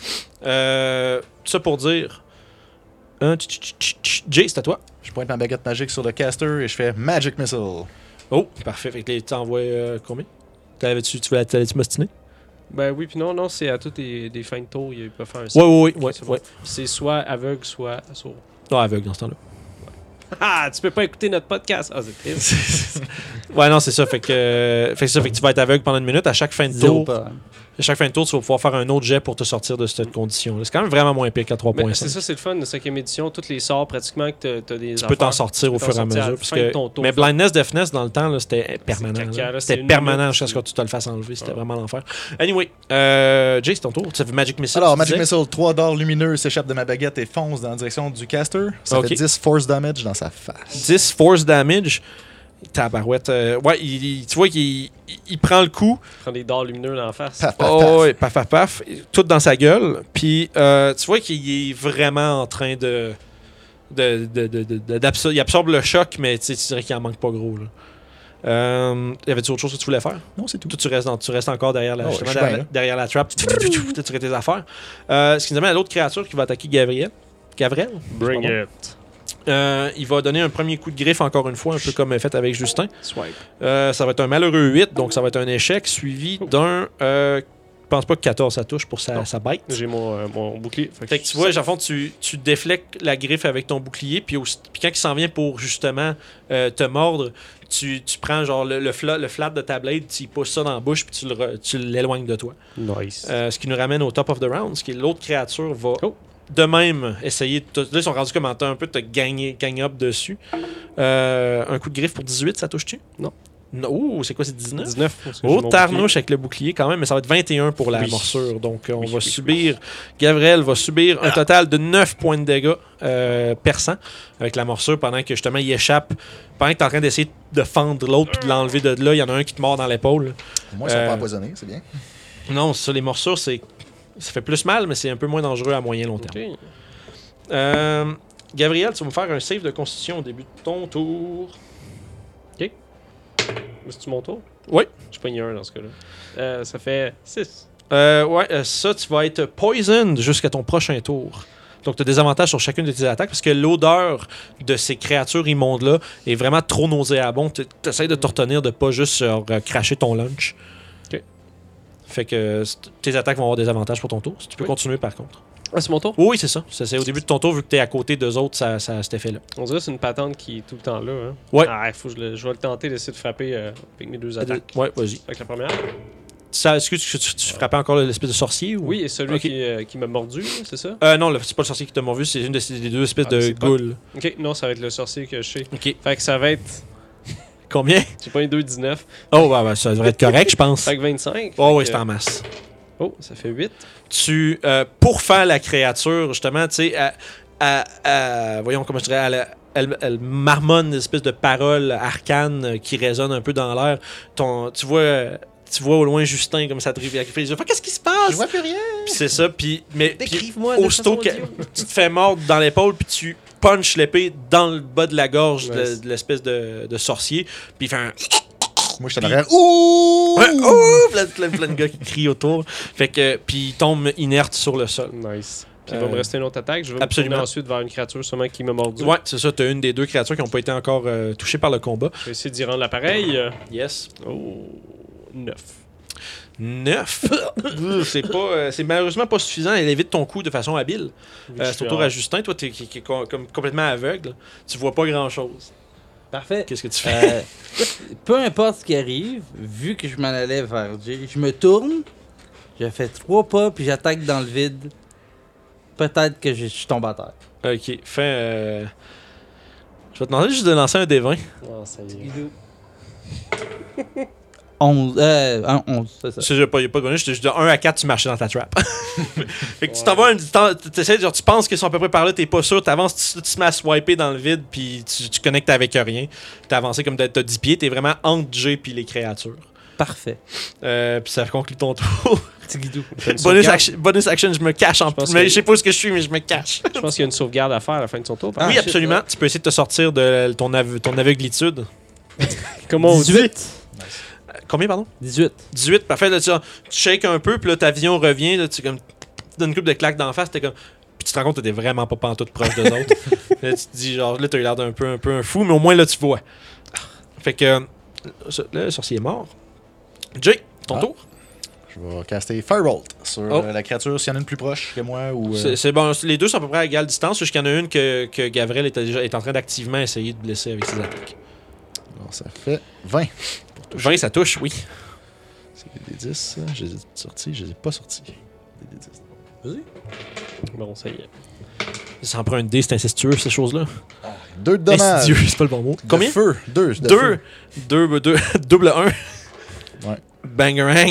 Speaker 1: Euh, ça pour dire. Un, tch, tch, tch, tch. Jay, c'est à toi.
Speaker 4: Je pointe ma baguette magique sur le caster et je fais Magic Missile.
Speaker 1: Oh, parfait. Fait que les- t'envoies euh, combien? T'avais-tu, tu voulais t'allais-tu m'ostiner?
Speaker 2: Ben oui, puis non, non, c'est à tous des, des fins de tour. Il peut faire un
Speaker 1: Ouais,
Speaker 2: save.
Speaker 1: ouais, ouais.
Speaker 2: Ok,
Speaker 1: ouais,
Speaker 2: c'est bon.
Speaker 1: ouais.
Speaker 2: C'est soit aveugle, soit sourd.
Speaker 1: Non, aveugle dans ce temps-là.
Speaker 2: Ah, tu peux pas écouter notre podcast. Ah, c'est triste.
Speaker 1: Ouais, non, c'est ça. Fait que, euh, fait que ça. Fait que tu vas être aveugle pendant une minute. À chaque fin de
Speaker 3: Zéro
Speaker 1: tour,
Speaker 3: pas.
Speaker 1: à chaque fin de tour, tu vas pouvoir faire un autre jet pour te sortir de cette condition. C'est quand même vraiment moins pire qu'à trois
Speaker 2: Mais
Speaker 1: point
Speaker 2: c'est
Speaker 1: cinq.
Speaker 2: ça, c'est le fun de cinquième édition. Tous les sorts, pratiquement, que t'as as des
Speaker 1: Tu peux t'en
Speaker 2: affaires,
Speaker 1: sortir
Speaker 2: tu
Speaker 1: au
Speaker 2: peux
Speaker 1: fur et
Speaker 2: t'en
Speaker 1: à
Speaker 2: sortir
Speaker 1: mesure.
Speaker 2: la
Speaker 1: Parce
Speaker 2: fin de
Speaker 1: que,
Speaker 2: ton tour.
Speaker 1: mais blindness, deafness, dans le temps, là, c'était permanent.
Speaker 2: caca,
Speaker 1: là.
Speaker 2: là,
Speaker 1: C'était
Speaker 2: c'est une
Speaker 1: permanent
Speaker 2: minute,
Speaker 1: jusqu'à ce que
Speaker 2: c'est-
Speaker 1: tu te le fasses enlever. C'était
Speaker 2: Ah.
Speaker 1: vraiment l'enfer. Anyway, euh, Jay, c'est ton tour. Tu fais Magic Missile.
Speaker 4: Alors,
Speaker 1: tu
Speaker 4: Magic
Speaker 1: disais?
Speaker 4: Missile, trois dards lumineux s'échappent de ma baguette et foncent dans la direction du caster. Ça
Speaker 1: Ok.
Speaker 4: fait dix force damage dans sa face.
Speaker 1: dix force damage. Tabarouette. Euh, ouais, il, il- tu vois qu'il il, il prend le coup.
Speaker 2: Prends des dards lumineux dans la face.
Speaker 4: Paf, paf,
Speaker 1: Oh,
Speaker 4: paf.
Speaker 1: ouais, paf, paf, paf. Tout dans sa gueule. Puis, euh, tu vois qu'il est vraiment en train de. de, de, de, de- de- d'absor- il absorbe le choc, mais tu sais, tu dirais qu'il en manque pas gros. Là. Euh, y avait-tu autre chose que tu voulais faire?
Speaker 4: Non, c'est tout.
Speaker 1: Toi, tu restes, dans- tu restes encore derrière la,
Speaker 4: Oh,
Speaker 1: justement,
Speaker 4: je suis
Speaker 1: derrière,
Speaker 4: bien, là.
Speaker 1: derrière la trap. Tu fais tes affaires. Euh, ce qui nous amène à l'autre créature qui va attaquer Gabriel. Gabriel?
Speaker 2: Bring
Speaker 1: Pardon.
Speaker 2: it.
Speaker 1: Euh, il va donner un premier coup de griffe, encore une fois, un peu comme fait avec Justin.
Speaker 2: Swipe.
Speaker 1: Euh, ça va être un malheureux huit, donc ça va être un échec, suivi d'un. Euh, je pense pas que quatorze ça touche pour sa,
Speaker 2: Non.
Speaker 1: sa bite.
Speaker 2: J'ai mon, euh, mon bouclier.
Speaker 1: Fait que tu vois, en fond, tu, tu déflectes la griffe avec ton bouclier, puis, aussi- puis quand il s'en vient pour justement euh, te mordre, tu, tu prends genre le, le, fla- le flat de ta blade, tu y pousses ça dans la bouche, puis tu le re- tu l'éloignes de toi.
Speaker 2: Nice.
Speaker 1: Euh, ce qui nous ramène au top of the round, ce qui est l'autre créature va
Speaker 2: Oh.
Speaker 1: de même essayer de te, là, ils sont rendus comme en train un peu de te gagner, gang up dessus. Euh, un coup de griffe pour dix-huit, ça touche-tu?
Speaker 2: Non.
Speaker 1: Non. Oh, c'est quoi, c'est dix-neuf?
Speaker 2: dix-neuf. parce que
Speaker 1: Oh,
Speaker 2: j'ai mon
Speaker 1: tarnouche avec le bouclier quand même, mais ça va être vingt et un pour la
Speaker 2: Oui.
Speaker 1: morsure. Donc, euh, on
Speaker 2: Oui,
Speaker 1: va
Speaker 2: oui,
Speaker 1: subir, Gabriel va subir un total de neuf points de dégâts euh, perçants avec la morsure pendant que justement il échappe. Pendant que tu es en train d'essayer de fendre l'autre puis de l'enlever de là, il y en a un qui te mord dans l'épaule.
Speaker 4: Au moins, ils sont
Speaker 1: Euh,
Speaker 4: pas empoisonnés, c'est bien.
Speaker 1: Non, ça, les morsures, c'est ça fait plus mal, mais c'est un peu moins dangereux à moyen long terme.
Speaker 2: Ok.
Speaker 1: Euh, Gabriel, tu vas me faire un save de constitution au début de ton tour.
Speaker 2: C'est-tu mon tour?
Speaker 1: Oui.
Speaker 2: Je pogne un dans ce cas-là. Euh, ça fait six.
Speaker 1: Euh, ouais, euh, ça, tu vas être poisoned jusqu'à ton prochain tour. Donc, tu as des avantages sur chacune de tes attaques parce que l'odeur de ces créatures immondes-là est vraiment trop nauséabonde. Tu essaies de te retenir de pas juste genre, euh, cracher ton lunch.
Speaker 2: Ok.
Speaker 1: Fait que euh, c- tes attaques vont avoir des avantages pour ton tour. Tu peux
Speaker 2: Oui.
Speaker 1: continuer par contre.
Speaker 2: Ah, c'est mon tour?
Speaker 1: Oui, c'est ça. Ça, C'est au début de ton tour, vu que tu es à côté d'eux autres, ça, ça, cet effet-là.
Speaker 2: On dirait que c'est une patente qui est tout le temps là. Hein?
Speaker 1: Ouais.
Speaker 2: Ah, faut que je, le- je vais le tenter d'essayer de frapper euh, avec mes deux attaques.
Speaker 1: Ouais, vas-y.
Speaker 2: Fait que la première.
Speaker 1: Ça, est-ce que tu, tu, tu frappais encore l'espèce de sorcier ou?
Speaker 2: Oui, et celui
Speaker 1: Ok.
Speaker 2: qui, euh, qui m'a mordu, là, c'est ça?
Speaker 1: Euh, non, le- c'est pas le sorcier qui t'a mordu, c'est une des, des deux espèces
Speaker 2: Ah,
Speaker 1: de
Speaker 2: c'est pas-
Speaker 1: ghouls.
Speaker 2: Ok, non, ça va être le sorcier que je sais.
Speaker 1: Ok.
Speaker 2: Fait que ça va être.
Speaker 1: Combien?
Speaker 2: J'ai pas eu deux dix-neuf.
Speaker 1: Oh, bah, bah, ça devrait être correct, je pense.
Speaker 2: Fait que vingt-cinq.
Speaker 1: Oh,
Speaker 2: fait
Speaker 1: oui,
Speaker 2: que-
Speaker 1: c'est en masse.
Speaker 2: Oh, ça fait huit.
Speaker 1: Tu, euh, pour faire la créature, justement, tu sais, à- à- à- voyons comment je dirais, elle, elle, elle marmonne une espèce de parole arcane euh, qui résonne un peu dans l'air. Ton, tu vois, euh, tu vois au loin Justin comme ça te rive, il fait les yeux. Fait, qu'est-ce qui se passe?
Speaker 4: Je vois plus rien.
Speaker 1: Puis c'est ça, puis mais puis
Speaker 2: Décrive-moi de
Speaker 1: aussitôt
Speaker 2: façon
Speaker 1: que
Speaker 2: audio.
Speaker 1: tu te fais mordre dans l'épaule, puis tu punches l'épée dans le bas de la gorge de,
Speaker 2: Ouais.
Speaker 1: de l'espèce de, de sorcier, puis il fait un
Speaker 4: Moi, je suis en arrière. Ouh!
Speaker 1: ouais, oh, plein, plein, plein de gars qui crient autour. Fait que puis il tombe inerte sur le sol.
Speaker 2: Nice. Puis il
Speaker 1: Euh,
Speaker 2: va me rester une autre attaque. Je vais
Speaker 1: absolument.
Speaker 2: me tourner ensuite vers une créature sûrement qui m'a mordu.
Speaker 1: Ouais, c'est ça, t'as une des deux créatures qui n'ont pas été encore euh, touchées par le combat.
Speaker 2: Je vais essayer d'y rendre l'appareil. Euh,
Speaker 1: Yes.
Speaker 2: Oh, neuf.
Speaker 1: neuf. c'est pas euh, c'est malheureusement pas suffisant, elle évite ton coup de façon habile. Euh, c'est au tour à Justin, toi t'es qui, qui est co- comme complètement aveugle, tu vois pas grand-chose.
Speaker 3: Parfait.
Speaker 1: Qu'est-ce que tu fais?
Speaker 3: Euh, peu importe ce qui arrive, vu que je m'en allais vers Jay, je me tourne, je fais trois pas, puis j'attaque dans le vide. Peut-être que je, je tombe à terre.
Speaker 1: Ok, fais euh... je vais te demander juste de lancer un dé vingt.
Speaker 2: Oh, ça y est.
Speaker 3: onze. Euh, un onze, c'est ça.
Speaker 1: Il n'y a pas de bonus, je te dis de un à quatre, tu marches dans ta trap. Fait que tu t'en vas, un- t'en- t'essaies, genre, tu penses qu'ils sont à peu près par là, t'es pas sûr, t'avances, tu, tu te mets à swiper dans le vide, puis tu, tu connectes avec rien. T'as avancé comme t'as t'as dix pieds, t'es vraiment entre Jay puis les créatures.
Speaker 3: Parfait.
Speaker 1: Euh, puis ça conclut ton tour.
Speaker 3: Petit guidou.
Speaker 1: bonus, action, bonus action, je me cache en
Speaker 2: pense
Speaker 1: mais
Speaker 2: que-
Speaker 1: Je sais pas où ce que je suis, mais je me cache.
Speaker 2: Je pense qu'il y a une sauvegarde à faire à la fin de son tour. par
Speaker 3: Ah,
Speaker 1: oui,
Speaker 3: shit,
Speaker 1: absolument.
Speaker 3: ouais.
Speaker 1: Tu peux essayer de te sortir de ton, ave- ton aveuglitude.
Speaker 2: contre. Comment on dit?
Speaker 3: dix-huit.
Speaker 1: Combien, pardon?
Speaker 3: dix-huit.
Speaker 1: dix-huit, parfait. Là, tu, tu shakes un peu, puis là, ta vision revient. Là, tu comme, tu donnes une couple de claques d'en face. T'es comme, puis tu te rends compte que t'étais vraiment pas pantoute proche d'eux autres. Là, tu te dis, genre, là, t'as eu l'air d'un peu, un peu un fou, mais au moins, là, tu vois. Fait que, euh, là, le sorcier est mort. Jay, ton
Speaker 4: Ah.
Speaker 1: tour.
Speaker 4: Je vais caster Firebolt sur
Speaker 1: Oh.
Speaker 4: euh, la créature, s'il y en a une plus proche que moi ou. euh,
Speaker 1: C'est, c'est bon. Les deux sont à peu près à égale distance, jusqu'il y en a une que, que Gavrel est, déjà, est en train d'activement essayer de blesser avec ses attaques.
Speaker 4: Alors, ça fait vingt.
Speaker 1: vingt, ça touche, oui.
Speaker 4: C'est des dix, ça. Je les ai sortis, je les ai pas sortis. Des dix.
Speaker 3: Vas-y.
Speaker 2: Bon, ça y est.
Speaker 1: Ça en prend un dé, c'est incestueux, ces choses-là.
Speaker 4: Deux de dommages.
Speaker 1: Insidieux, c'est pas le bon mot.
Speaker 4: De
Speaker 1: Combien?
Speaker 4: feu. Deux. de
Speaker 1: Deux.
Speaker 4: feu.
Speaker 1: Deux, bah, deux, double un.
Speaker 4: Ouais.
Speaker 1: Bangerang.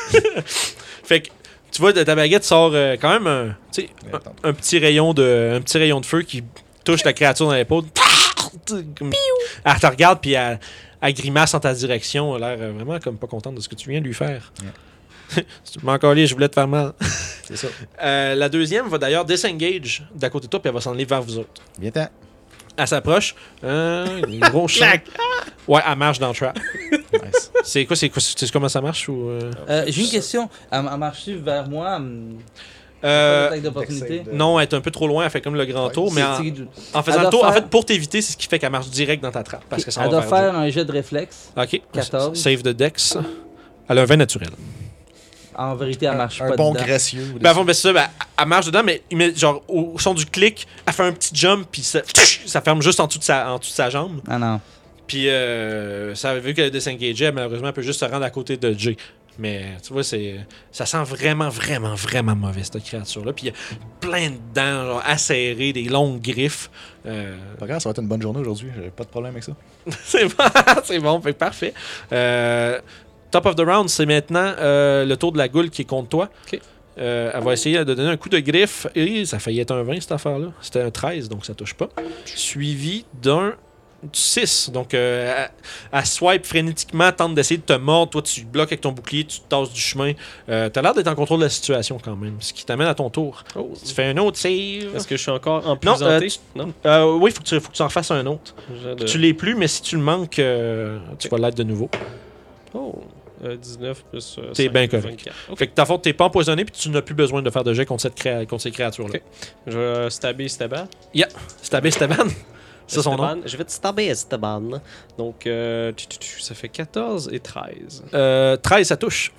Speaker 1: Fait que, tu vois, de ta baguette sort euh, quand même un, tu sais,
Speaker 4: Mais attends.
Speaker 1: un, un petit rayon de, un petit rayon de feu qui touche la créature dans l'épaule. Comme- Elle te regarde, puis elle, elle grimace en ta direction. Elle a l'air euh, vraiment comme pas contente de ce que tu viens de lui faire. Si tu m'as encore je voulais te faire mal.
Speaker 4: C'est ça.
Speaker 1: Euh, la deuxième va d'ailleurs disengage d'à côté de toi, puis elle va s'en aller vers vous autres.
Speaker 4: Viens-t'en.
Speaker 1: Elle s'approche. Euh, gros champ. Ouais, elle marche dans le trap.
Speaker 4: Nice.
Speaker 1: C'est quoi, c'est quoi, c'est comment ça marche ou euh?
Speaker 3: Euh, J'ai une question. Elle, elle marche-tu vers moi? Elle me-
Speaker 1: Euh,
Speaker 3: attaque d'opportunité?
Speaker 4: de-
Speaker 1: non, elle est un peu trop loin, elle fait comme le grand
Speaker 4: Ouais,
Speaker 1: tour, mais
Speaker 3: C'est
Speaker 1: en,
Speaker 3: petit guidou.
Speaker 1: en faisant
Speaker 3: Elle
Speaker 1: le
Speaker 3: doit
Speaker 1: tour, en
Speaker 3: faire-
Speaker 1: fait, pour t'éviter, c'est ce qui fait qu'elle marche direct dans ta trappe. Parce que ça
Speaker 3: Elle
Speaker 1: va
Speaker 3: doit
Speaker 1: vers
Speaker 3: faire un jet de réflexe.
Speaker 1: Dieu. Ok.
Speaker 3: quatorze.
Speaker 1: Save de Dex. Elle a un vingt naturel.
Speaker 3: En vérité, elle marche
Speaker 4: Un
Speaker 3: pas
Speaker 4: bon
Speaker 3: dedans.
Speaker 4: gracieux. ou des-
Speaker 1: Ben, avant, ben, c'est ça, ben, elle marche dedans, mais il met, genre, au son du clic, elle fait un petit jump, puis ça, ça ferme juste en dessous de sa, en dessous de sa jambe.
Speaker 3: Ah non.
Speaker 1: Puis, euh, ça, vu qu'elle est disengagée, malheureusement, elle peut juste se rendre à côté de Jay. Mais, tu vois, c'est, ça sent vraiment, vraiment, vraiment mauvais, cette créature-là. Puis, il y a plein de dents, genre, acérées, des longues griffes. Euh,
Speaker 4: Pas grave, ça va être une bonne journée aujourd'hui. J'ai pas de problème avec ça.
Speaker 1: c'est bon, c'est bon, fait que parfait. Euh, top of the round, c'est maintenant euh, le tour de la goule qui est contre toi.
Speaker 2: Ok.
Speaker 1: Euh, elle va essayer de donner un coup de griffe. Et ça a failli être un vingt, cette affaire-là. C'était un treize, donc ça touche pas. Suivi d'un six. Donc, euh, elle, elle swipe frénétiquement, tente d'essayer de te mordre. Toi, tu bloques avec ton bouclier, tu te tasses du chemin. Euh, T'as l'air d'être en contrôle de la situation quand même, ce qui t'amène à ton tour.
Speaker 2: Oh.
Speaker 1: Tu fais un autre save.
Speaker 2: Est-ce que je suis encore
Speaker 1: Non,
Speaker 2: empuissanté?
Speaker 1: euh, tu-
Speaker 2: Non.
Speaker 1: Euh, oui, il faut que tu faut que tu en fasses un autre.
Speaker 2: J'ai de-
Speaker 1: Tu l'es plus, mais si tu le manques, euh, tu vas l'être de nouveau.
Speaker 2: Oh. Euh, dix-neuf plus. Euh,
Speaker 1: T'es
Speaker 2: cinq,
Speaker 1: bien correct.
Speaker 2: vingt-quatre. Ok.
Speaker 1: Fait que ta faute, t'es pas empoisonné, puis tu n'as plus besoin de faire de jet contre, cette créa- contre ces créatures-là.
Speaker 2: Ok. Je vais euh, stabber Staban.
Speaker 1: Stabé Staban, c'est son nom.
Speaker 2: Esteban. Je vais te stabber Esteban. Donc, euh, tu- tu- tu- ça fait quatorze et treize.
Speaker 1: Euh, treize, ça touche.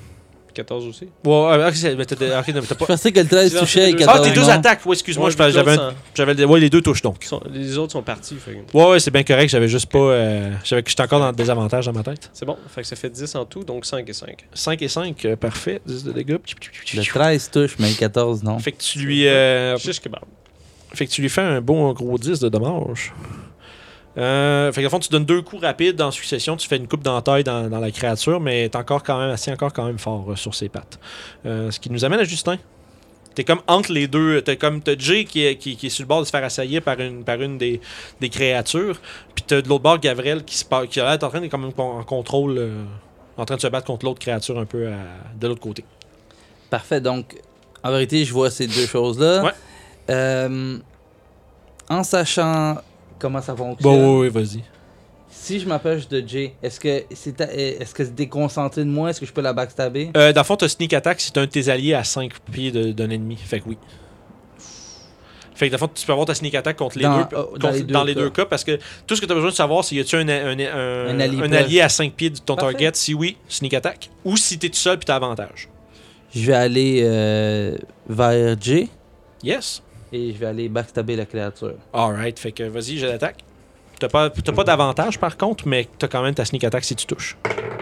Speaker 2: quatorze aussi.
Speaker 1: Ouais, ouais, ok, c'est- mais t'as, ok, non, mais t'as
Speaker 3: Je
Speaker 1: pas.
Speaker 3: pensais que le treize
Speaker 2: Tu
Speaker 3: touchait et
Speaker 2: lances les deux-
Speaker 1: Ah,
Speaker 3: quatorze
Speaker 1: tes deux
Speaker 3: non.
Speaker 1: attaques. Oui, excuse-moi,
Speaker 2: Ouais,
Speaker 1: je pensais- j'avais,
Speaker 2: l'autre,
Speaker 1: un- j'avais le- ouais, les deux touches donc.
Speaker 2: Ils sont- les autres sont partis. Fait que-
Speaker 1: Ouais, ouais, c'est bien correct. J'avais juste pas. Euh, j'avais, j'étais encore dans le désavantage dans ma tête.
Speaker 2: C'est bon. Fait que ça fait dix en tout, donc cinq et cinq.
Speaker 1: cinq et cinq, euh, parfait. dix de dégâts.
Speaker 3: Le treize touche, mais le quatorze non.
Speaker 1: Fait que tu lui. Euh,
Speaker 2: Chiche kebab.
Speaker 1: fait que tu lui fais un bon gros dix de dommages. Euh, fait que, au fond, tu donnes deux coups rapides en succession, tu fais une coupe d'entaille dans, dans la créature, mais t'es encore quand même assez encore quand même fort euh, sur ses pattes. Euh, ce qui nous amène à Justin. T'es comme entre les deux. T'as comme t'as Jay qui est, qui, qui est sur le bord de se faire assaillir par une, par une des, des créatures. Puis t'as de l'autre bord Gabriel qui, se, pa- qui a l'air d'être en train d'être comme en contrôle, euh, en train de se battre contre l'autre créature un peu à- de l'autre côté.
Speaker 3: Parfait, donc en vérité, je vois ces deux choses-là.
Speaker 1: Ouais.
Speaker 3: Euh, en sachant comment ça fonctionne,
Speaker 1: Bon, oui, oui, vas-y.
Speaker 3: si je m'approche de Jay, est-ce que c'est à- est-ce que c'est déconcentré de moi? Est-ce que je peux la backstabber?
Speaker 1: Euh, dans le fond, t'as sneak attack si t'as un de tes alliés à cinq pieds de- d'un ennemi. Fait que oui. Fait que dans le fond, tu peux avoir ta sneak attack contre les,
Speaker 3: Dans-
Speaker 1: deux,
Speaker 3: oh,
Speaker 1: contre-
Speaker 3: dans
Speaker 1: dans,
Speaker 3: les
Speaker 1: les,
Speaker 3: deux
Speaker 1: deux
Speaker 3: cas.
Speaker 1: cas. Parce que tout ce que tu as besoin de savoir, c'est y a-tu un, un, un,
Speaker 3: Un allié
Speaker 1: un
Speaker 3: proche.
Speaker 1: allié à cinq pieds de ton
Speaker 3: Parfait.
Speaker 1: target? Si oui, sneak attack. Ou si t'es tout seul puis t'as avantage.
Speaker 3: Je vais aller euh, vers Jay
Speaker 1: Yes.
Speaker 3: et je vais aller backstabber la créature.
Speaker 1: Alright. Fait que vas-y, j'ai l'attaque. T'as pas, t'as pas d'avantage par contre, mais t'as quand même ta sneak attack si tu touches.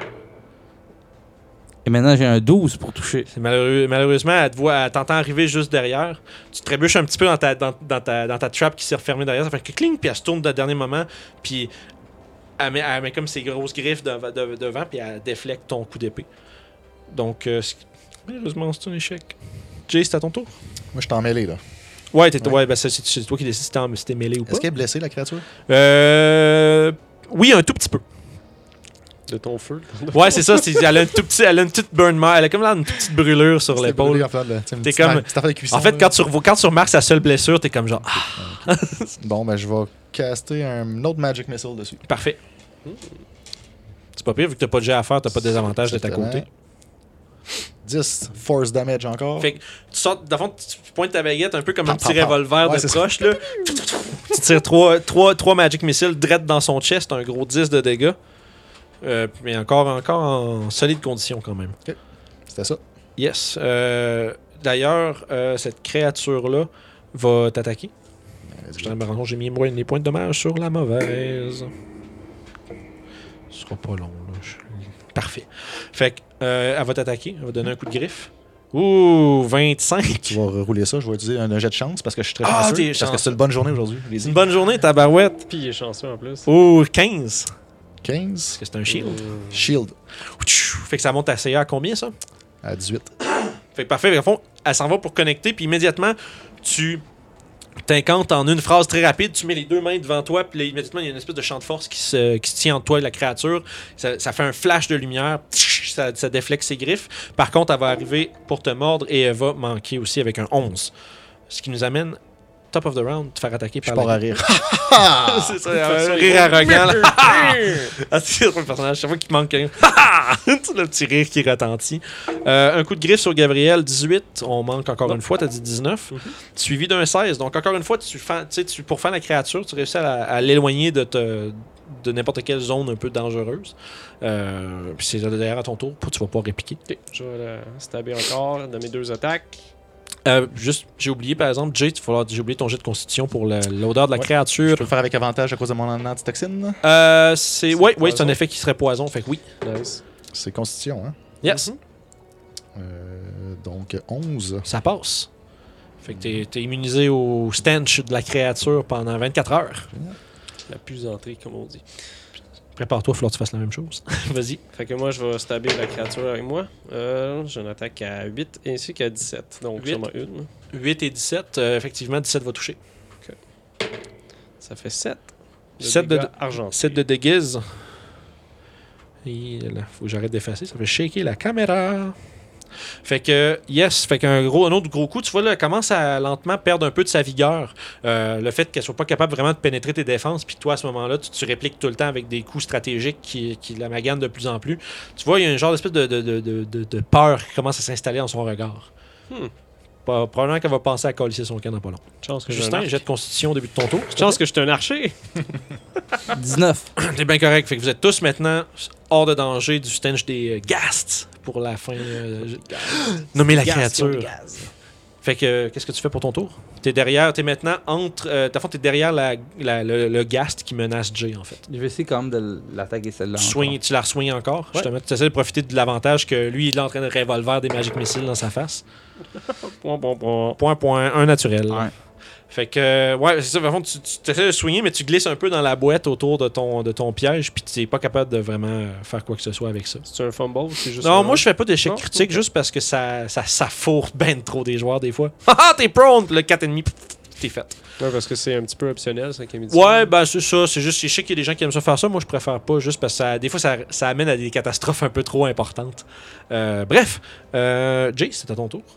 Speaker 3: Et maintenant, j'ai un douze pour toucher.
Speaker 1: C'est malheureux, malheureusement, elle te voit, elle t'entend arriver juste derrière. Tu te trébuches un petit peu dans ta, dans, dans ta, dans ta trap qui s'est refermée derrière. Ça fait que cling, puis elle se tourne au dernier moment. Puis elle met, elle met comme ses grosses griffes de- de- devant, puis elle déflecte ton coup d'épée. Donc, euh, c'est- malheureusement, c'est un échec. Jay, c'est à ton tour.
Speaker 4: Moi, je suis en mêlée, là.
Speaker 1: Ouais, t'es,
Speaker 4: Ouais.
Speaker 1: ouais, ben, c'est, c'est toi qui décides si t'es, si t'es mêlé ou pas.
Speaker 4: Est-ce qu'elle est blessée, la créature?
Speaker 1: Euh, oui, un tout petit peu.
Speaker 2: De ton feu.
Speaker 1: Ouais, c'est ça. C'est, elle, a un tout petit, elle a une petite burn mark. Elle a comme là une petite brûlure sur
Speaker 4: C'était
Speaker 1: l'épaule.
Speaker 4: brûlé, en fait, là. Tu sais, une
Speaker 1: T'es
Speaker 4: petite
Speaker 1: comme-
Speaker 4: ma- petite affaire de cuisson,
Speaker 1: En fait,
Speaker 4: là.
Speaker 1: quand tu, revo- quand tu remarques sa seule blessure, t'es comme genre, ah,
Speaker 4: Bon, ben, je vais caster un autre Magic Missile dessus.
Speaker 1: parfait. C'est pas pire, vu que t'as pas de jet à faire, t'as pas de désavantage de ta
Speaker 4: Exactement.
Speaker 1: côté.
Speaker 4: dix force damage encore.
Speaker 1: Fait que tu sors, dans le fond, tu pointes ta baguette un peu comme un
Speaker 4: Pam,
Speaker 1: petit
Speaker 4: pam, pam.
Speaker 1: revolver
Speaker 4: Ouais,
Speaker 1: de
Speaker 4: c'est ça.
Speaker 1: proche, là. Tu tires trois, trois, trois Magic Missiles direct dans son chest, un gros dix de dégâts. Euh, mais encore, encore en solide condition quand même.
Speaker 4: C'était ça.
Speaker 1: Yes. Euh, d'ailleurs, euh, cette créature-là va t'attaquer. Je te me rends compte, j'ai mis moi les points de dommage sur la mauvaise. Ce sera pas long, là. Je- Parfait. Fait que, euh, elle va t'attaquer. Elle va donner un coup de griffe. Ouh, vingt-cinq.
Speaker 4: Tu vas rouler ça. Je vais utiliser un, un jet de chance parce que je suis très
Speaker 1: Ah,
Speaker 4: chanceux.
Speaker 1: t'es
Speaker 4: Parce
Speaker 1: chanceux.
Speaker 4: que c'est une bonne journée aujourd'hui. je l'ai
Speaker 1: C'est
Speaker 4: dit.
Speaker 1: une bonne journée, tabarouette.
Speaker 2: Puis il est chanceux en plus.
Speaker 1: Ouh, quinze.
Speaker 4: quinze.
Speaker 1: Parce que c'est un shield.
Speaker 2: Euh,
Speaker 4: Shield
Speaker 1: Fait que ça monte à C A à combien, ça?
Speaker 4: à dix-huit.
Speaker 1: Fait que parfait. Au fond, elle s'en va pour connecter, puis immédiatement, tu t'incantes en une phrase très rapide, tu mets les deux mains devant toi, puis là, immédiatement, il y a une espèce de champ de force qui se, qui se tient entre toi et la créature. Ça, ça fait un flash de lumière, ça, ça déflecte ses griffes. Par contre, elle va arriver pour te mordre et elle va manquer aussi avec un onze. Ce qui nous amène, top of the round, te faire attaquer
Speaker 4: Je
Speaker 1: par
Speaker 4: pars
Speaker 1: la...
Speaker 4: à rire.
Speaker 1: C'est ça, un rire arrogant. Là. Ah, c'est le personnage, chaque fois qu'il manque quelqu'un. C'est le petit rire qui retentit. Euh, un coup de griffe sur Gabriel, dix-huit. On manque encore une fois, t'as dit dix-neuf.
Speaker 2: Mhm.
Speaker 1: Suivi d'un seize. Donc, encore une fois, tu fais, tu sais, tu, pour faire la créature, tu réussis à, la- à l'éloigner de, te- de n'importe quelle zone un peu dangereuse. Euh, puis c'est derrière à ton tour, pour tu vas pouvoir répliquer.
Speaker 2: Ok, je vais la stabber encore de mes deux attaques.
Speaker 1: Euh, juste, j'ai oublié par exemple, Jay, il va falloir j'ai oublié ton jet de constitution pour le- l'odeur de la
Speaker 4: Ouais.
Speaker 1: créature.
Speaker 4: Je peux le faire avec avantage à cause de mon antitoxine.
Speaker 1: Euh, c'est. Ouais, ouais, c'est un
Speaker 2: poison.
Speaker 1: effet qui serait poison, fait que oui.
Speaker 2: Nice.
Speaker 4: C'est constitution, hein.
Speaker 1: Yes.
Speaker 2: Mhm.
Speaker 4: Euh, donc onze.
Speaker 1: Ça passe. Fait que t'es, t'es immunisé au stench de la créature pendant vingt-quatre heures.
Speaker 2: La pusanterie, comme on dit.
Speaker 1: Prépare-toi, il va falloir que tu fasses la même chose. Vas-y.
Speaker 2: Fait que moi, je vais stabber la créature avec moi. Euh, j'ai une attaque à huit ainsi qu'à dix-sept. Donc,
Speaker 1: huit.
Speaker 2: seulement une.
Speaker 1: huit et dix-sept, euh, effectivement, dix-sept va toucher.
Speaker 2: Ça fait sept.
Speaker 1: sept de,
Speaker 2: argent.
Speaker 1: sept de déguise. Et là, faut que j'arrête d'effacer, ça fait shaker la caméra. Fait que, yes, fait qu'un gros, un autre gros coup, tu vois, là, elle commence à lentement perdre un peu de sa vigueur. Euh, le fait qu'elle soit pas capable vraiment de pénétrer tes défenses, puis toi, à ce moment-là, tu, tu répliques tout le temps avec des coups stratégiques qui, qui la maganent de plus en plus. Tu vois, il y a un genre d'espèce de, de, de, de, de- de peur qui commence à s'installer dans son regard.
Speaker 2: Hmm.
Speaker 1: Pas- probablement qu'elle va penser à colisser son camp dans pas long.
Speaker 2: Chance que j'ai un
Speaker 1: Justin,
Speaker 2: arc.
Speaker 1: jet de constitution au début de ton tour.
Speaker 2: Chance que je suis un archer.
Speaker 3: dix-neuf.
Speaker 1: T'es bien correct. Fait que vous êtes tous maintenant hors de danger du stench des euh, ghasts pour la fin. Euh, nommer la
Speaker 2: Gaz,
Speaker 1: créature.
Speaker 2: gaz.
Speaker 1: Fait que, euh, qu'est-ce que tu fais pour ton tour? T'es derrière, t'es maintenant entre. Euh, t'as t'es derrière la, la- le, le ghast qui menace Jay, en fait.
Speaker 3: Je vais essayer quand même de l'attaquer celle-là.
Speaker 1: Tu,
Speaker 3: encore.
Speaker 1: soignes- tu la resoignes encore,
Speaker 3: Ouais.
Speaker 1: justement. Tu essaies de profiter de l'avantage que lui, il est en train de revolver des Magic Missiles dans sa face.
Speaker 2: Bon, bon, bon.
Speaker 1: Point, point, un naturel.
Speaker 3: Ouais.
Speaker 1: Fait que, euh, ouais, c'est ça. Par contre, tu, tu essaies de soigner, mais tu glisses un peu dans la boîte autour de ton, de ton piège, puis tu n'es pas capable de vraiment euh, faire quoi que ce soit avec ça.
Speaker 2: C'est un fumble ou c'est juste.
Speaker 1: Non,
Speaker 2: un-
Speaker 1: moi, je fais pas d'échec
Speaker 2: Non?
Speaker 1: critique
Speaker 2: Ok.
Speaker 1: juste parce que ça, ça, ça fourre ben trop des joueurs des fois. Haha, t'es prone! Puis le quatre ennemis, pff, t'es fait.
Speaker 2: Ouais, parce que c'est un petit peu optionnel, ça, qui est
Speaker 1: Ouais, ben c'est ça. C'est juste, je sais qu'il y a des gens qui aiment ça faire ça. Moi, je préfère pas, juste parce que ça, des fois, ça, ça amène à des catastrophes un peu trop importantes. Euh, bref, euh, Jay, c'est à ton tour.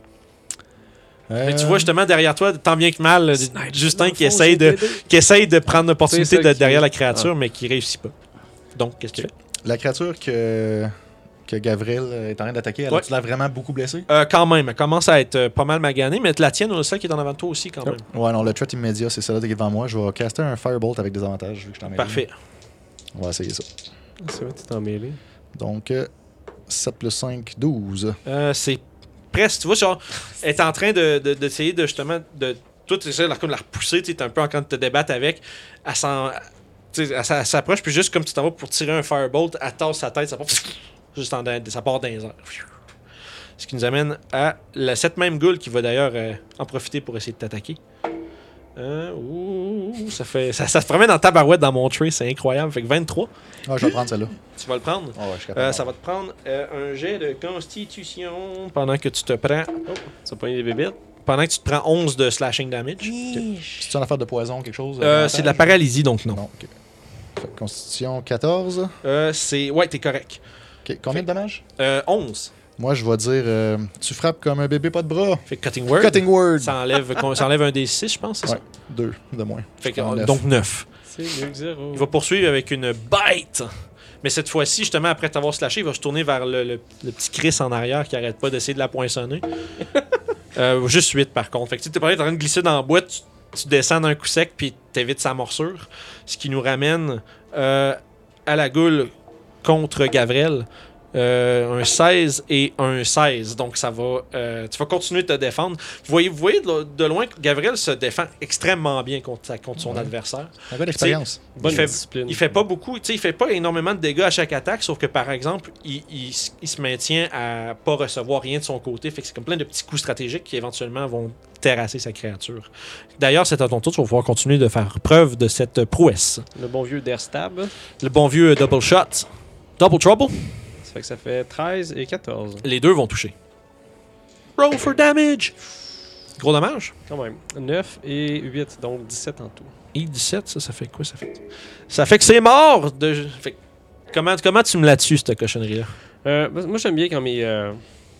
Speaker 1: Mais tu vois justement derrière toi, tant bien que mal,
Speaker 2: Snipe,
Speaker 1: Justin
Speaker 2: dans le
Speaker 1: qui
Speaker 2: fond,
Speaker 1: essaye
Speaker 2: j'ai
Speaker 1: de,
Speaker 2: aidé.
Speaker 1: qui essaye de prendre l'opportunité
Speaker 2: C'est ça
Speaker 1: d'être
Speaker 2: qui-
Speaker 1: derrière la créature, mais qui réussit pas. Donc, qu'est-ce que tu fais?
Speaker 4: La créature que, que Gavril est en train d'attaquer, elle
Speaker 1: Ouais.
Speaker 4: a-tu l'air vraiment beaucoup blessée?
Speaker 1: Euh, quand même, elle commence à être euh, pas mal maganée, mais la tienne, on le sait qui est en avant de toi aussi quand même.
Speaker 4: Ouais, non, le threat immédiat, c'est celle-là qui est devant moi. Je vais caster un Firebolt avec des avantages vu que je t'en mets.
Speaker 1: Parfait.
Speaker 4: On va essayer ça.
Speaker 2: C'est vrai, t'es en mêlée.
Speaker 4: Donc, euh, sept plus cinq, douze.
Speaker 1: Euh, c'est presque, tu vois, genre, elle est en train de, de- d'essayer de justement, de, toi, tu essaies de la, comme de la repousser, tu es un peu en train de te débattre avec, elle s'en, tu sais, elle, s- elle s'approche, puis juste comme tu t'en vas pour tirer un firebolt, elle tasse sa tête, ça part, juste en, ça part dans les airs. Ce qui nous amène à la, cette même goule qui va d'ailleurs euh, en profiter pour essayer de t'attaquer. Euh, ouh, ça fait ça, ça se promène en tabarouette dans mon tray, c'est incroyable. Fait que vingt-trois,
Speaker 4: Ah, je vais prendre celle-là.
Speaker 1: tu vas le prendre.
Speaker 4: Ah ouais, je suis capable.
Speaker 1: Euh, ça va te prendre euh, un jet de constitution pendant que tu te prends
Speaker 2: Oh, ça pogne des bébites.
Speaker 1: pendant que tu te prends onze de slashing damage.
Speaker 4: C'est une affaire de poison, quelque chose?
Speaker 1: Euh, c'est de la paralysie donc non.
Speaker 4: Non, ok. Fait que Constitution quatorze.
Speaker 1: Euh, c'est ouais, t'es correct.
Speaker 4: Ok, combien de dommages?
Speaker 1: Euh, onze.
Speaker 4: Moi, je vais dire euh, tu frappes comme un bébé pas de bras.
Speaker 1: Fait que cutting word.
Speaker 4: Cutting word.
Speaker 1: Ça enlève ça enlève un des six, je pense, c'est
Speaker 4: Ouais,
Speaker 1: ça.
Speaker 4: deux de moins.
Speaker 1: Fait que,
Speaker 4: Je prends neuf.
Speaker 1: donc neuf.
Speaker 2: C'est mieux que zéro.
Speaker 1: Il va poursuivre avec une bite. Mais cette fois-ci, justement, après t'avoir slashé, il va se tourner vers le, le- le petit Chris en arrière qui arrête pas d'essayer de la poinçonner. euh, juste huit par contre. Fait que tu sais, t'es pas en train de glisser dans la boîte, tu, tu descends d'un coup sec puis t'évites sa morsure. Ce qui nous ramène euh, à la goule contre Gavrel. Euh, un seize et un seize. Donc ça va. euh, tu vas continuer de te défendre. Vous voyez, vous voyez de, lo- de loin que Gavrel se défend extrêmement bien contre, sa- contre son
Speaker 4: Ouais.
Speaker 1: adversaire.
Speaker 4: Un peu d'expérience.
Speaker 2: Bonne
Speaker 1: il fait-
Speaker 2: discipline.
Speaker 1: Il fait pas beaucoup, tu sais, il fait pas énormément de dégâts à chaque attaque, sauf que par exemple, il, il s- il se maintient à pas recevoir rien de son côté. Fait que c'est comme plein de petits coups stratégiques qui éventuellement vont terrasser sa créature. D'ailleurs, c'est à ton tour, tu vas pouvoir continuer de faire preuve de cette prouesse.
Speaker 2: Le bon vieux Dare Stab.
Speaker 1: Le bon vieux double shot. Double trouble.
Speaker 2: Ça fait que ça fait treize et quatorze.
Speaker 1: Les deux vont toucher. Roll for damage. Gros dommage.
Speaker 2: Quand même. neuf et huit, donc dix-sept en tout.
Speaker 1: Et dix-sept, ça, ça fait quoi? Ça fait, ça fait que c'est mort! De... Fait que comment, comment tu me l'as tué, cette cochonnerie-là?
Speaker 2: Euh, moi, j'aime bien quand mes. euh,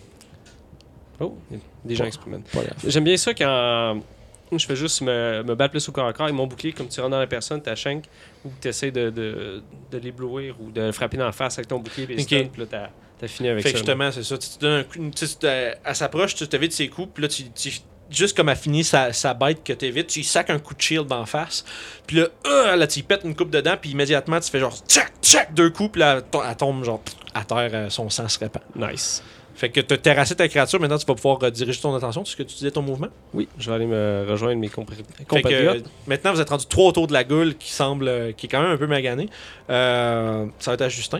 Speaker 2: Oh, il y a des gens qui se promènent.
Speaker 1: Pas grave.
Speaker 2: J'aime bien ça quand je fais juste me, me battre plus au corps à corps avec mon bouclier, comme tu rentres dans la personne, ta shank, ou tu essaies de, de, de l'éblouir ou de le frapper dans la face avec ton bouclier, puis
Speaker 1: Ok.
Speaker 2: stun, puis là, t'as, t'as fini avec
Speaker 1: Fait que
Speaker 2: ça.
Speaker 1: justement, c'est ça. Tu te donnes un coup, tu sais, tu te- elle s'approche, tu t'évites ses coups, puis là, tu, tu- juste comme elle finit sa, sa bête que t'évites, tu lui sacs un coup de shield d'en face, puis là, euh, là, tu lui pètes une coupe dedans, puis immédiatement, tu fais genre, tchac, tchac, deux coups, puis là, elle to- elle tombe genre à terre, euh, son sang se répand.
Speaker 2: Nice.
Speaker 1: Fait que t'as terrassé ta créature, maintenant, tu vas pouvoir euh, diriger ton attention, c'est ce que tu disais ton mouvement.
Speaker 2: Oui, je vais aller me rejoindre mes compri-
Speaker 1: Fait que,
Speaker 2: compatriotes.
Speaker 1: euh, maintenant, vous êtes rendu trois autour de la goule qui semble, euh, qui est quand même un peu magané. Euh, ça va être à Justin.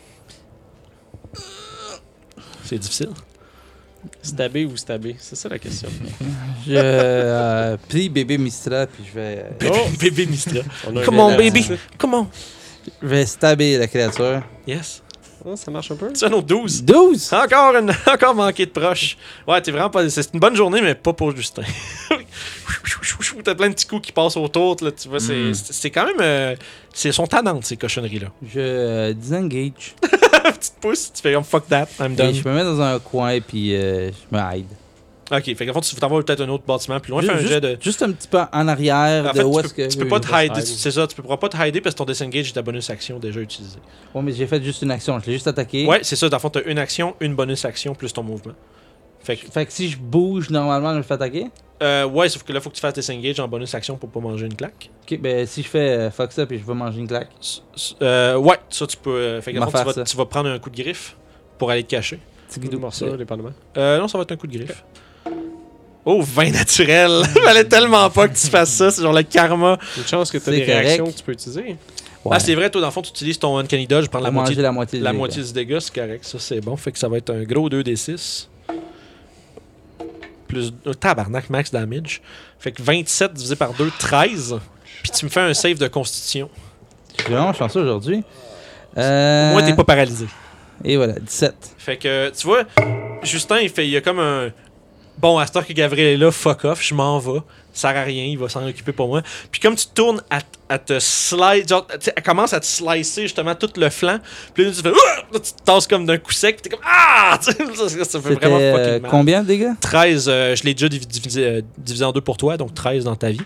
Speaker 1: C'est difficile.
Speaker 2: Stabber ou stabber? C'est ça la question.
Speaker 3: Je euh, prie bébé Mistra, puis je vais, euh,
Speaker 1: Bébé, bébé Mistra.
Speaker 2: On a un
Speaker 1: Come on,
Speaker 2: élan.
Speaker 1: baby. Come on.
Speaker 3: je vais stabber la créature.
Speaker 1: Yes.
Speaker 2: Oh, ça marche un peu?
Speaker 1: C'est un autre douze.
Speaker 3: douze!
Speaker 1: Encore, une, encore manqué de proche. Ouais, t'es vraiment pas. C'est une bonne journée, mais pas pour Justin. T'as plein de petits coups qui passent autour. Là, tu vois, c'est,
Speaker 3: Mm.
Speaker 1: c'est, c'est quand même. Euh, c'est sont tannantes, ces cochonneries-là.
Speaker 3: Je euh, disengage.
Speaker 1: Petite pouce, tu fais comme fuck that, I'm
Speaker 3: Et
Speaker 1: done.
Speaker 3: je me mets dans un coin, puis euh, je me hide.
Speaker 1: Ok, fait qu'en fait, tu t'envoies peut-être un autre bâtiment plus loin. Fais un
Speaker 3: juste,
Speaker 1: jet de.
Speaker 3: juste un petit peu en arrière
Speaker 1: En
Speaker 3: de
Speaker 1: fait,
Speaker 3: où
Speaker 1: tu
Speaker 3: est-ce
Speaker 1: peux,
Speaker 3: que...
Speaker 1: tu peux pas te hider.
Speaker 2: hide.
Speaker 1: C'est ça, tu pourras pas te hider parce que ton disengage est ta bonus action déjà utilisée.
Speaker 3: Ouais, mais j'ai fait juste une action. Je l'ai juste attaqué.
Speaker 1: Ouais, c'est ça. Dans le fond, t'as une action, une bonus action plus ton mouvement. Fait que,
Speaker 3: Fait que si je bouge, normalement, je me fais attaquer.
Speaker 1: euh, ouais, sauf que là, faut que tu fasses disengage en bonus action pour pas manger une claque.
Speaker 3: Ok, ben si je fais euh, fuck ça, puis je vais manger une claque.
Speaker 1: S- s- Euh, ouais, ça tu peux. euh, fait que
Speaker 3: M'en
Speaker 1: dans le fond, tu,
Speaker 3: faire
Speaker 1: vas,
Speaker 3: ça.
Speaker 1: tu vas prendre un coup de griffe pour aller te cacher.
Speaker 2: Petit morceau, dépendamment.
Speaker 1: Euh, non, ça va être un coup de griffe. Oh, vin naturel! Fallait tellement pas que tu fasses ça, c'est genre le karma.
Speaker 2: Une chance que tu as
Speaker 3: C'est
Speaker 2: des
Speaker 3: correct.
Speaker 2: réactions que tu peux utiliser.
Speaker 3: Ouais.
Speaker 1: Ah, c'est vrai, toi, dans le fond, tu utilises ton Uncanny Dodge, prendre la
Speaker 3: Pour manger
Speaker 1: moitié,
Speaker 3: la moitié,
Speaker 1: la
Speaker 3: du
Speaker 1: moitié
Speaker 3: dégât.
Speaker 1: du dégât, c'est correct. Ça, c'est bon. Fait que ça va être un gros deux d six. Plus. Oh, tabarnak, max damage. Fait que vingt-sept divisé par deux, treize. Puis tu me fais un save de constitution.
Speaker 3: Je suis vraiment chanceux aujourd'hui. Euh...
Speaker 1: Au moins, t'es pas paralysé.
Speaker 3: Et voilà, dix-sept.
Speaker 1: Fait que, tu vois, Justin, il fait, il y a comme un. Bon, à ce temps que Gabriel est là, fuck off, je m'en vais. Ça sert à rien, il va s'en occuper pour moi. Puis comme tu tournes à, à te slice, genre, tu sais, elle commence à te slicer justement tout le flanc. Puis là, tu fais. Ouah! Là, tu te tasses comme d'un coup sec. Puis t'es comme. Ah! ça, ça fait vraiment
Speaker 3: C'était
Speaker 1: fucking
Speaker 3: euh,
Speaker 1: mal.
Speaker 3: combien de dégâts?
Speaker 1: treize, euh, je l'ai déjà divi- divisé, euh, divisé en deux pour toi, donc treize dans ta vie.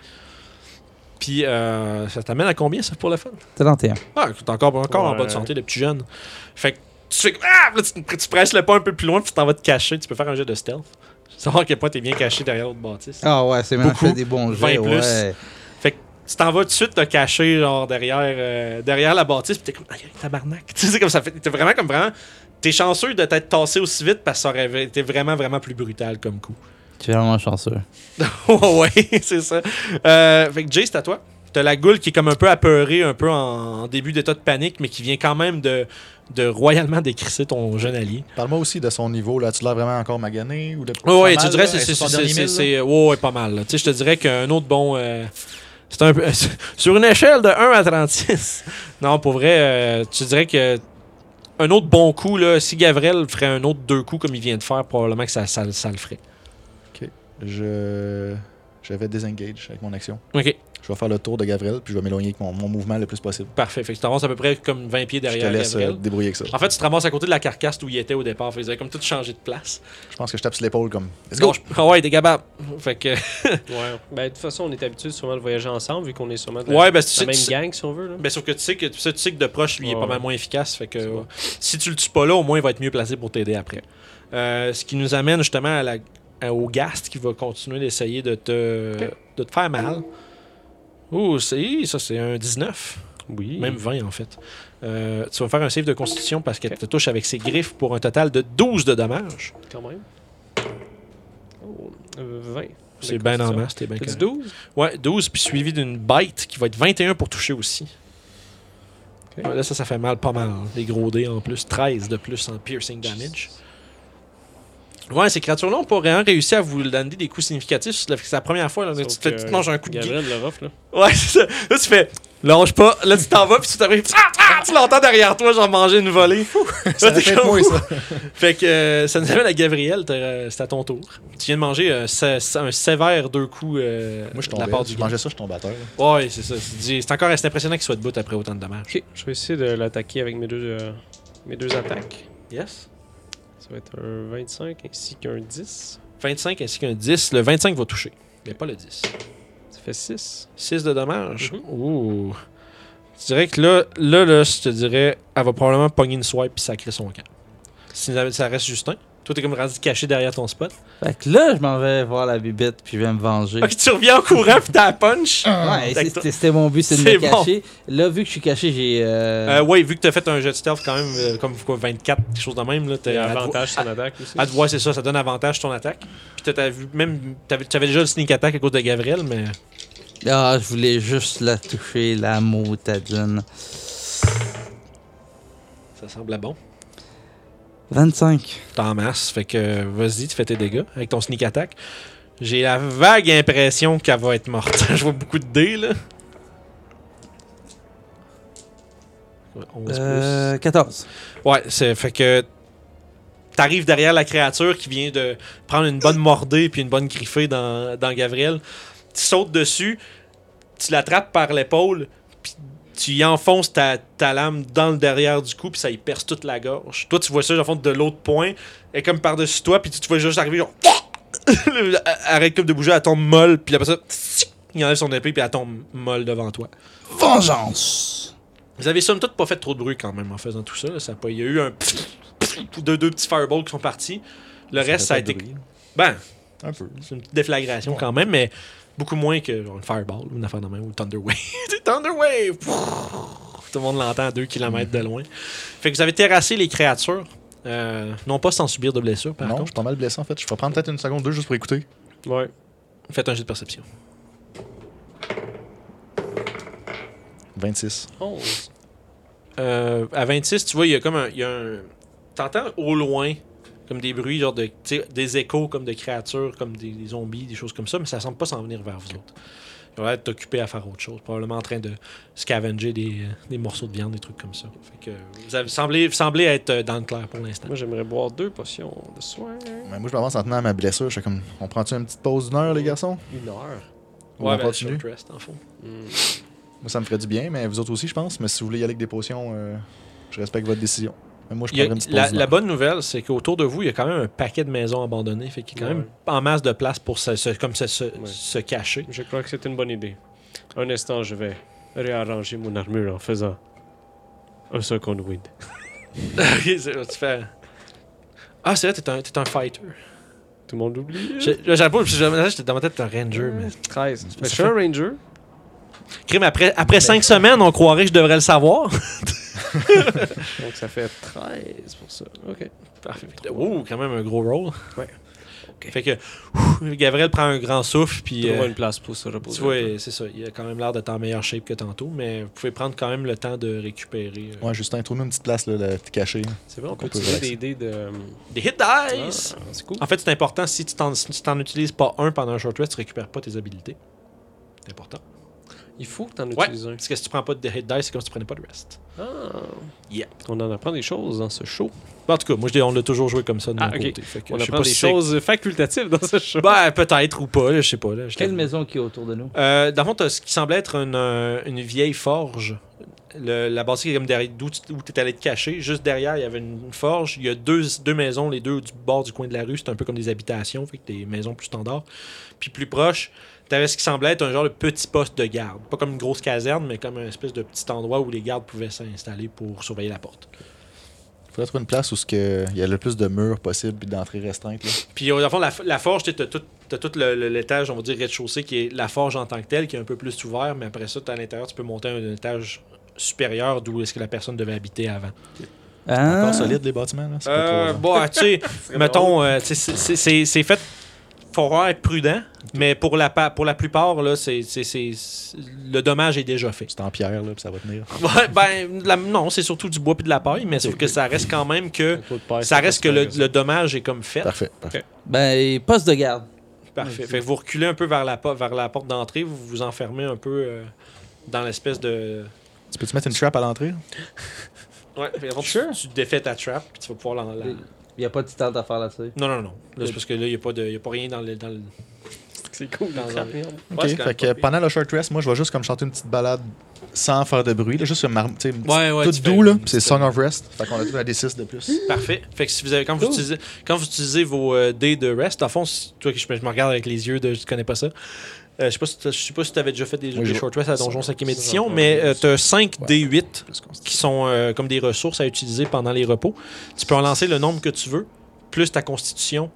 Speaker 1: Puis euh, ça t'amène à combien ça pour le fun?
Speaker 3: trente et un.
Speaker 1: Ah, t'es encore, encore en
Speaker 2: Ouais.
Speaker 1: bonne santé, le petit jeune. Fait que tu fais. Ah! Là, tu, tu presses le pas un peu plus loin, puis tu t'en vas te cacher. Tu peux faire un jeu de stealth. Savoir à quel point t'es bien caché derrière l'autre bâtisse.
Speaker 3: Ah ouais, c'est même
Speaker 1: Beaucoup.
Speaker 3: fait des bons jeux.
Speaker 1: vingt plus.
Speaker 3: Ouais.
Speaker 1: Fait que tu t'en vas tout de suite te cacher genre derrière, euh, derrière la bâtisse, puis t'es comme, aïe, tabarnak. Tu sais, comme ça fait. T'es vraiment comme vraiment. T'es chanceux de t'être tassé aussi vite parce que ça aurait été vraiment, vraiment plus brutal comme coup.
Speaker 3: Tu es vraiment chanceux.
Speaker 1: Oh, ouais, c'est ça. Euh, fait que Jay, c'est à toi. T'as la goule qui est comme un peu apeurée, un peu en, en début d'état de panique, mais qui vient quand même de, de royalement décrisser ton jeune allié.
Speaker 4: Parle-moi aussi de son niveau, là. Tu l'as vraiment encore magané ou de
Speaker 1: Oh, ouais,
Speaker 4: pas
Speaker 1: tu
Speaker 4: mal,
Speaker 1: dirais
Speaker 4: là?
Speaker 1: c'est
Speaker 4: Est-ce
Speaker 1: c'est
Speaker 4: que son
Speaker 1: c'est
Speaker 4: dernier
Speaker 1: c'est
Speaker 4: mille,
Speaker 1: c'est- ouais, ouais, pas mal. là. Tu sais, je te dirais qu'un autre bon euh, c'est un peu sur une échelle de un à trente-six. Non, pour vrai, euh, tu dirais que un autre bon coup là, si Gavrel ferait un autre deux coups comme il vient de faire, probablement que ça ça, ça le ferait.
Speaker 4: là? Je... Je vais désengage avec mon action.
Speaker 1: OK,
Speaker 4: Je vais faire le tour de Gavrel, puis je vais m'éloigner avec mon, mon mouvement le plus possible.
Speaker 1: parfait. Fait que tu t'avances à peu près comme vingt pieds
Speaker 4: Je te
Speaker 1: derrière
Speaker 4: laisse euh,
Speaker 1: Gavrel.
Speaker 4: te débrouiller avec ça.
Speaker 1: En fait, tu te ramasses à côté de la carcasse où il était au départ. Fait que ils avaient comme tout changé de place.
Speaker 4: Je pense que je tape sur l'épaule comme. Let's
Speaker 1: Non,
Speaker 4: go!
Speaker 1: je- Ah ouais, t'es capable. Fait que.
Speaker 2: Ouais. Ben, de toute façon, on est habitué sûrement de voyager ensemble, vu qu'on est sûrement de la,
Speaker 1: Ouais, ben, tu sais,
Speaker 2: la
Speaker 1: tu
Speaker 2: même
Speaker 1: sais-
Speaker 2: gang, si on veut. Là.
Speaker 1: Ben, sauf que tu sais que, tu sais, tu sais que de proche, lui, il est
Speaker 2: Ouais,
Speaker 1: pas mal
Speaker 2: ouais.
Speaker 1: moins efficace. Fait que
Speaker 2: C'est
Speaker 1: euh,
Speaker 2: bon.
Speaker 1: si tu le tues pas là, au moins, il va être mieux placé pour t'aider après. Euh, ce qui nous amène justement à la, à- au Ghast qui va continuer d'essayer de te, de te faire mal. Ouh, c'est, ça, c'est un dix-neuf.
Speaker 2: Oui.
Speaker 1: Même vingt, en fait. Euh, tu vas faire un save de constitution parce qu'elle te touche avec ses griffes pour un total de douze de dommages.
Speaker 2: Quand même. Oh, euh, vingt.
Speaker 1: C'est bien en masse, t'es bien
Speaker 2: T'as dit
Speaker 1: correct.
Speaker 2: douze?
Speaker 1: Ouais, douze, puis suivi d'une bite qui va être vingt et un pour toucher aussi.
Speaker 2: Ok.
Speaker 1: Ouais, là, ça, ça fait mal, pas mal. hein. Des gros dés en plus. treize de plus en piercing damage. Ouais, ces créatures-là n'ont pas vraiment réussi à vous donner des coups significatifs. C'est la première fois. Là, tu,
Speaker 2: Sauf
Speaker 1: te,
Speaker 2: que
Speaker 1: tu te manges un coup de guide.
Speaker 2: Gabriel le rough, là.
Speaker 1: Ouais, c'est ça. Là, tu fais, lâche pas. Là, tu t'en vas, puis tu t'arrives. Ah, ah, tu l'entends derrière toi, genre manger une volée.
Speaker 4: Ça
Speaker 1: Là, t'es
Speaker 4: fait
Speaker 1: comme-
Speaker 4: moi, ça.
Speaker 1: Fait que euh, ça nous amène à Gabriel. t'as, euh, C'est à ton tour. Tu viens de manger euh, sé- sé- un sévère deux coups euh,
Speaker 4: Moi, je
Speaker 1: de la
Speaker 4: tombais.
Speaker 1: part
Speaker 4: Je
Speaker 1: du
Speaker 4: mangeais ça, je tombais à terre. là.
Speaker 1: Ouais, c'est ça. C'est, dit- c'est encore assez impressionnant qu'il soit debout après autant de dommages.
Speaker 2: Ok, je vais essayer de l'attaquer avec mes deux, euh, mes deux attaques.
Speaker 1: Yes.
Speaker 2: Ça va être un vingt-cinq ainsi qu'un dix.
Speaker 1: vingt-cinq ainsi qu'un dix. Le vingt-cinq va toucher, mais pas le dix.
Speaker 2: Ça fait six.
Speaker 1: six de dommages.
Speaker 2: Mhm.
Speaker 1: Ouh. Je dirais que là, là, là, je te dirais, elle va probablement pogner une swipe puis sacrer son camp. Si ça reste Justin, toi, t'es comme rendu caché derrière ton spot.
Speaker 3: Fait que là, je m'en vais voir la bibette puis je vais me venger.
Speaker 1: Ok, tu reviens en courant puis t'as la punch.
Speaker 3: Ouais,
Speaker 1: Fait que
Speaker 3: c'était c'était mon but, c'est de
Speaker 1: C'est
Speaker 3: me
Speaker 1: bon.
Speaker 3: cacher. Là, vu que je suis caché, j'ai. Euh...
Speaker 1: Euh, ouais, vu que t'as fait un jet de stealth quand même, euh, comme quoi, vingt-quatre, quelque chose de même, là,
Speaker 2: Il
Speaker 1: t'as
Speaker 2: y a
Speaker 1: elle te
Speaker 2: avantage sur
Speaker 1: voit-
Speaker 2: son attaque aussi.
Speaker 1: elle te voit, c'est ça, ça donne avantage sur ton attaque. Puis t'as- t'as vu, même, t'avais, t'avais déjà le sneak attack à cause de Gabriel, mais.
Speaker 3: Ah, je voulais juste la toucher, la motadine.
Speaker 1: Ça semblait bon.
Speaker 3: vingt-cinq.
Speaker 1: T'es en masse, fait que vas-y, tu fais tes dégâts avec ton sneak attack. J'ai la vague impression qu'elle va être morte. Je vois beaucoup de dés, là. onze
Speaker 3: Euh, quatorze.
Speaker 1: plus. Ouais, c'est fait que t'arrives derrière la créature qui vient de prendre une bonne mordée puis une bonne griffée dans, dans Gabriel. Tu sautes dessus, tu l'attrapes par l'épaule, puis tu y enfonces ta, ta lame dans le derrière du cou, puis ça y perce toute la gorge. Toi, tu vois ça, au fond, de l'autre point, elle est comme par-dessus toi, puis tu te vois juste arriver, genre. Elle arrête comme de bouger, elle tombe molle, puis après ça, il enlève son épée, puis elle tombe molle devant toi.
Speaker 3: Vengeance!
Speaker 1: Vous avez somme toute pas fait trop de bruit quand même en faisant tout ça. là. Ça a pas... Il y a eu un deux, deux petits fireballs qui sont partis. Le reste, ça a
Speaker 4: fait
Speaker 1: été.
Speaker 4: pas de bruit.
Speaker 1: Ben,
Speaker 4: Un peu.
Speaker 1: c'est une petite déflagration
Speaker 4: Ouais.
Speaker 1: quand même, mais beaucoup moins que genre, une fireball ou une affaire de même ou Thunder Wave. C'est Thunder Wave! Tout le monde l'entend à deux kilomètres de loin. Fait que vous avez terrassé les créatures. Euh, non pas sans subir de blessures, par
Speaker 4: Non, je
Speaker 1: contre.
Speaker 4: suis pas mal blessé en fait. Je vais prendre peut-être une seconde, deux juste pour écouter.
Speaker 2: Ouais.
Speaker 1: Faites un jet de perception.
Speaker 4: vingt-six.
Speaker 2: onze.
Speaker 1: Euh, à vingt-six, tu vois, il y a comme un... il y a un... T'entends au loin comme des bruits, genre de, tu sais, des échos comme de créatures, comme des, des zombies, des choses comme ça, mais ça semble pas s'en venir vers vous autres. Ils vont être occupés à faire autre chose, probablement en train de scavenger des, des morceaux de viande, des trucs comme ça. Fait que vous avez semblé, semblez être euh, dans le clair pour l'instant.
Speaker 2: Moi, j'aimerais boire deux potions de soin.
Speaker 4: Mais moi, je m'avance en tenant à ma blessure. Je suis comme, on prend-tu une petite pause d'une heure, les garçons?
Speaker 2: Une heure.
Speaker 4: Ou on
Speaker 1: Ouais, ben,
Speaker 4: continue?
Speaker 1: short rest, en fond.
Speaker 2: Hmm.
Speaker 4: Moi, ça me ferait du bien, mais vous autres aussi, je pense. Mais si vous voulez y aller avec des potions, euh, je respecte votre décision. Mais moi, je
Speaker 1: Il y a-
Speaker 4: prendrais une petite pause
Speaker 1: la,
Speaker 4: d'une
Speaker 1: la
Speaker 4: heure.
Speaker 1: bonne nouvelle, c'est qu'autour de vous, il y a quand même un paquet de maisons abandonnées. Fait qu'il y a quand
Speaker 2: Ouais.
Speaker 1: même en masse de place pour se, se- comme se, se,
Speaker 2: Ouais.
Speaker 1: se cacher.
Speaker 2: Je crois que c'est une bonne idée. Un instant, je vais réarranger mon armure en faisant un second wind.
Speaker 1: Ok, c'est- tu fais. Ah, c'est vrai, t'es un, t'es un fighter.
Speaker 2: Tout le monde oublie.
Speaker 1: J'ai- là, J'avais pas, j'avais- j'étais dans ma tête, t'es un ranger, mais.
Speaker 2: treize.
Speaker 1: Ça
Speaker 2: Mais je
Speaker 1: fait-
Speaker 2: suis un ranger.
Speaker 1: Crime, après, après cinq semaines, on croirait que je devrais le savoir.
Speaker 2: Donc ça fait treize pour ça. Ok.
Speaker 1: Parfait. Ouh, quand même un gros roll.
Speaker 2: Ouais.
Speaker 1: Fait que ouf, Gabriel prend un grand souffle, puis
Speaker 2: Trouve
Speaker 1: euh,
Speaker 2: une place pour se reposer.
Speaker 1: tu vois, c'est ça. Il a quand même l'air d'être en meilleure shape que tantôt, mais vous pouvez prendre quand même le temps de récupérer euh,
Speaker 4: Ouais, Justin, trouve-nous une petite place, là, là cachée.
Speaker 2: C'est vrai, on peut
Speaker 4: On peut
Speaker 2: utiliser
Speaker 4: relaxer.
Speaker 2: des dés de.
Speaker 1: des hit dice.
Speaker 2: Ah, c'est cool.
Speaker 1: En fait, c'est important. Si tu t'en, si tu t'en utilises pas un pendant un short rest, tu récupères pas tes habilités. C'est important.
Speaker 2: Il faut que tu en
Speaker 1: Ouais.
Speaker 2: utilises un.
Speaker 1: Parce que si tu prends pas de hit dice, c'est comme si tu prenais pas de rest.
Speaker 2: Ah.
Speaker 1: Yeah.
Speaker 2: On en apprend des choses dans ce show.
Speaker 1: Bon, en tout cas, moi, je dis, on l'a toujours joué comme ça de
Speaker 2: Ah,
Speaker 1: mon
Speaker 2: ok.
Speaker 1: côté. Fait que
Speaker 2: On
Speaker 1: je sais
Speaker 2: apprend
Speaker 1: pas
Speaker 2: des
Speaker 1: si c'est-
Speaker 2: choses facultatives dans ce show.
Speaker 1: Ben, peut-être ou pas, là, je sais pas. Là, je
Speaker 3: Quelle
Speaker 1: t'avoue.
Speaker 3: maison qui est autour de nous?
Speaker 1: Euh, dans le fond, t'as ce qui semble être une, euh, une vieille forge. Le- la bâtisse est comme derrière d'où tu es allé te cacher. Juste derrière, il y avait une, une forge. Il y a deux, deux maisons, les deux du bord du coin de la rue. C'est un peu comme des habitations, fait que des maisons plus standards. Puis plus proche, t'avais ce qui semblait être un genre de petit poste de garde. Pas comme une grosse caserne, mais comme un espèce de petit endroit où les gardes pouvaient s'installer pour surveiller la porte.
Speaker 4: Faudrait trouver une place où ce que- il y a le plus de murs possible et d'entrées restreintes. Là.
Speaker 1: Puis au fond, la, la forge, tu as tout, t'as tout le- le- l'étage, on va dire rez-de-chaussée, qui est la forge en tant que telle, qui est un peu plus ouvert, mais après ça, t'as à l'intérieur, tu peux monter un, un étage supérieur d'où est-ce que la personne devait habiter avant.
Speaker 3: Ah.
Speaker 4: Encore solide, les bâtiments. Là. C'est pas
Speaker 1: Euh,
Speaker 4: trop,
Speaker 1: bon, tu sais, mettons, euh, tu sais, c'est- c'est c'est- c'est fait. Faut vraiment être prudent, mais pour la, pa- pour la plupart, là, c'est, c'est, c'est- c'est- le dommage est déjà fait.
Speaker 4: c'est en pierre, là, puis ça va tenir.
Speaker 1: Ouais, ben, la- non, c'est surtout du bois et de la paille, mais sauf que ça reste quand même que. Ça reste que le, le dommage est comme fait.
Speaker 4: Parfait. parfait.
Speaker 3: Ben, poste de garde.
Speaker 1: Parfait. Fait que vous reculez un peu vers la, po- vers la porte d'entrée, vous vous enfermez un peu euh, dans l'espèce de.
Speaker 4: Tu peux-tu mettre une trap à l'entrée?
Speaker 1: Ouais, fait, avant, tu-
Speaker 3: Sure.
Speaker 1: tu, défais ta trap, puis tu vas pouvoir l'en. la-
Speaker 3: Il n'y a pas de tente à faire là-dessus.
Speaker 1: Non, non, non. Là, c'est parce que là, il n'y a, pas de- y a pas rien dans le. Dans le...
Speaker 2: C'est cool.
Speaker 1: Dans
Speaker 2: dans
Speaker 1: un-
Speaker 2: le-
Speaker 1: Ouais,
Speaker 4: Ok,
Speaker 1: c'est quand même
Speaker 4: fait que
Speaker 1: pas pire.
Speaker 4: pendant le short rest, moi, je vais juste comme chanter une petite balade sans faire de bruit. Là, juste comme, mar- tu sais,
Speaker 1: Ouais, ouais,
Speaker 4: tout
Speaker 1: tu fais
Speaker 4: doux, là.
Speaker 1: une
Speaker 4: puis C'est
Speaker 1: petite-
Speaker 4: Song of Rest. Fait qu'on a tout un D six de plus.
Speaker 1: Parfait. Fait que si vous avez, quand, vous
Speaker 3: Cool.
Speaker 1: utilisez, quand vous utilisez vos euh, dés de rest, en fond, si- toi, je, me- je me regarde avec les yeux de je connais pas ça. Euh, je sais pas si t'as- je sais pas si tu avais déjà fait des,
Speaker 4: Oui,
Speaker 1: des
Speaker 4: je-
Speaker 1: short rest à Donjon cinquième
Speaker 2: ça,
Speaker 1: édition,
Speaker 2: ça,
Speaker 1: mais
Speaker 2: ça,
Speaker 1: euh, tu as cinq
Speaker 4: Ouais.
Speaker 1: D huit
Speaker 4: Plus qu'on se dit.
Speaker 1: qui sont euh, comme des ressources à utiliser pendant les repos. Tu peux en lancer le nombre que tu veux, plus ta constitution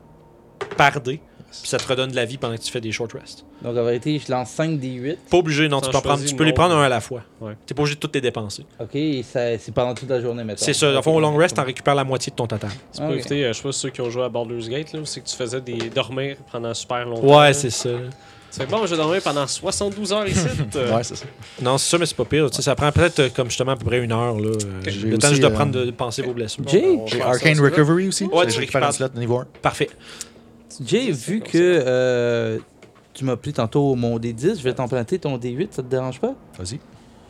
Speaker 1: par dé, puis ça te redonne de la vie pendant que tu fais des short rest.
Speaker 3: Donc, en vérité, je lance cinq D huit.
Speaker 1: Pas obligé, non,
Speaker 2: T'en
Speaker 1: tu peux, en prendre,
Speaker 2: choisis
Speaker 1: tu peux les
Speaker 2: le
Speaker 1: prendre
Speaker 2: nombre.
Speaker 1: un à la fois.
Speaker 2: Ouais.
Speaker 1: T'es pas obligé de toutes les dépenser.
Speaker 3: OK, et ça- c'est pendant toute la journée, maintenant.
Speaker 1: C'est ça. Dans fond, au long rest, t'en récupères la moitié de ton total.
Speaker 2: Tu peux
Speaker 3: Ok.
Speaker 2: éviter, euh, je sais pas ceux qui ont joué à Baldur's Gate, là, c'est que tu faisais des dormir pendant super longtemps.
Speaker 1: Ouais,
Speaker 2: là.
Speaker 1: c'est ça.
Speaker 2: Tu fais bon, je vais dormir pendant soixante-douze heures ici. euh.
Speaker 4: Ouais, c'est ça.
Speaker 1: Non, c'est ça, mais c'est pas pire. Tu sais, ça prend peut-être euh, comme justement à peu près une heure. Là, euh,
Speaker 4: J'ai
Speaker 1: le temps
Speaker 4: aussi,
Speaker 1: juste de
Speaker 4: euh,
Speaker 1: prendre de, de penser vos blessures.
Speaker 3: Jay,
Speaker 2: On va
Speaker 4: J'ai
Speaker 2: faire ça,
Speaker 4: Arcane
Speaker 2: ça, là.
Speaker 4: Recovery aussi.
Speaker 1: Ouais,
Speaker 4: J'ai
Speaker 1: tu
Speaker 4: récupéré un
Speaker 1: récupères-
Speaker 4: slot niveau un.
Speaker 1: Parfait.
Speaker 3: Jay, vu que euh, tu m'as appelé tantôt mon D dix, je vais t'emprunter ton D huit, ça te dérange pas?
Speaker 4: Vas-y.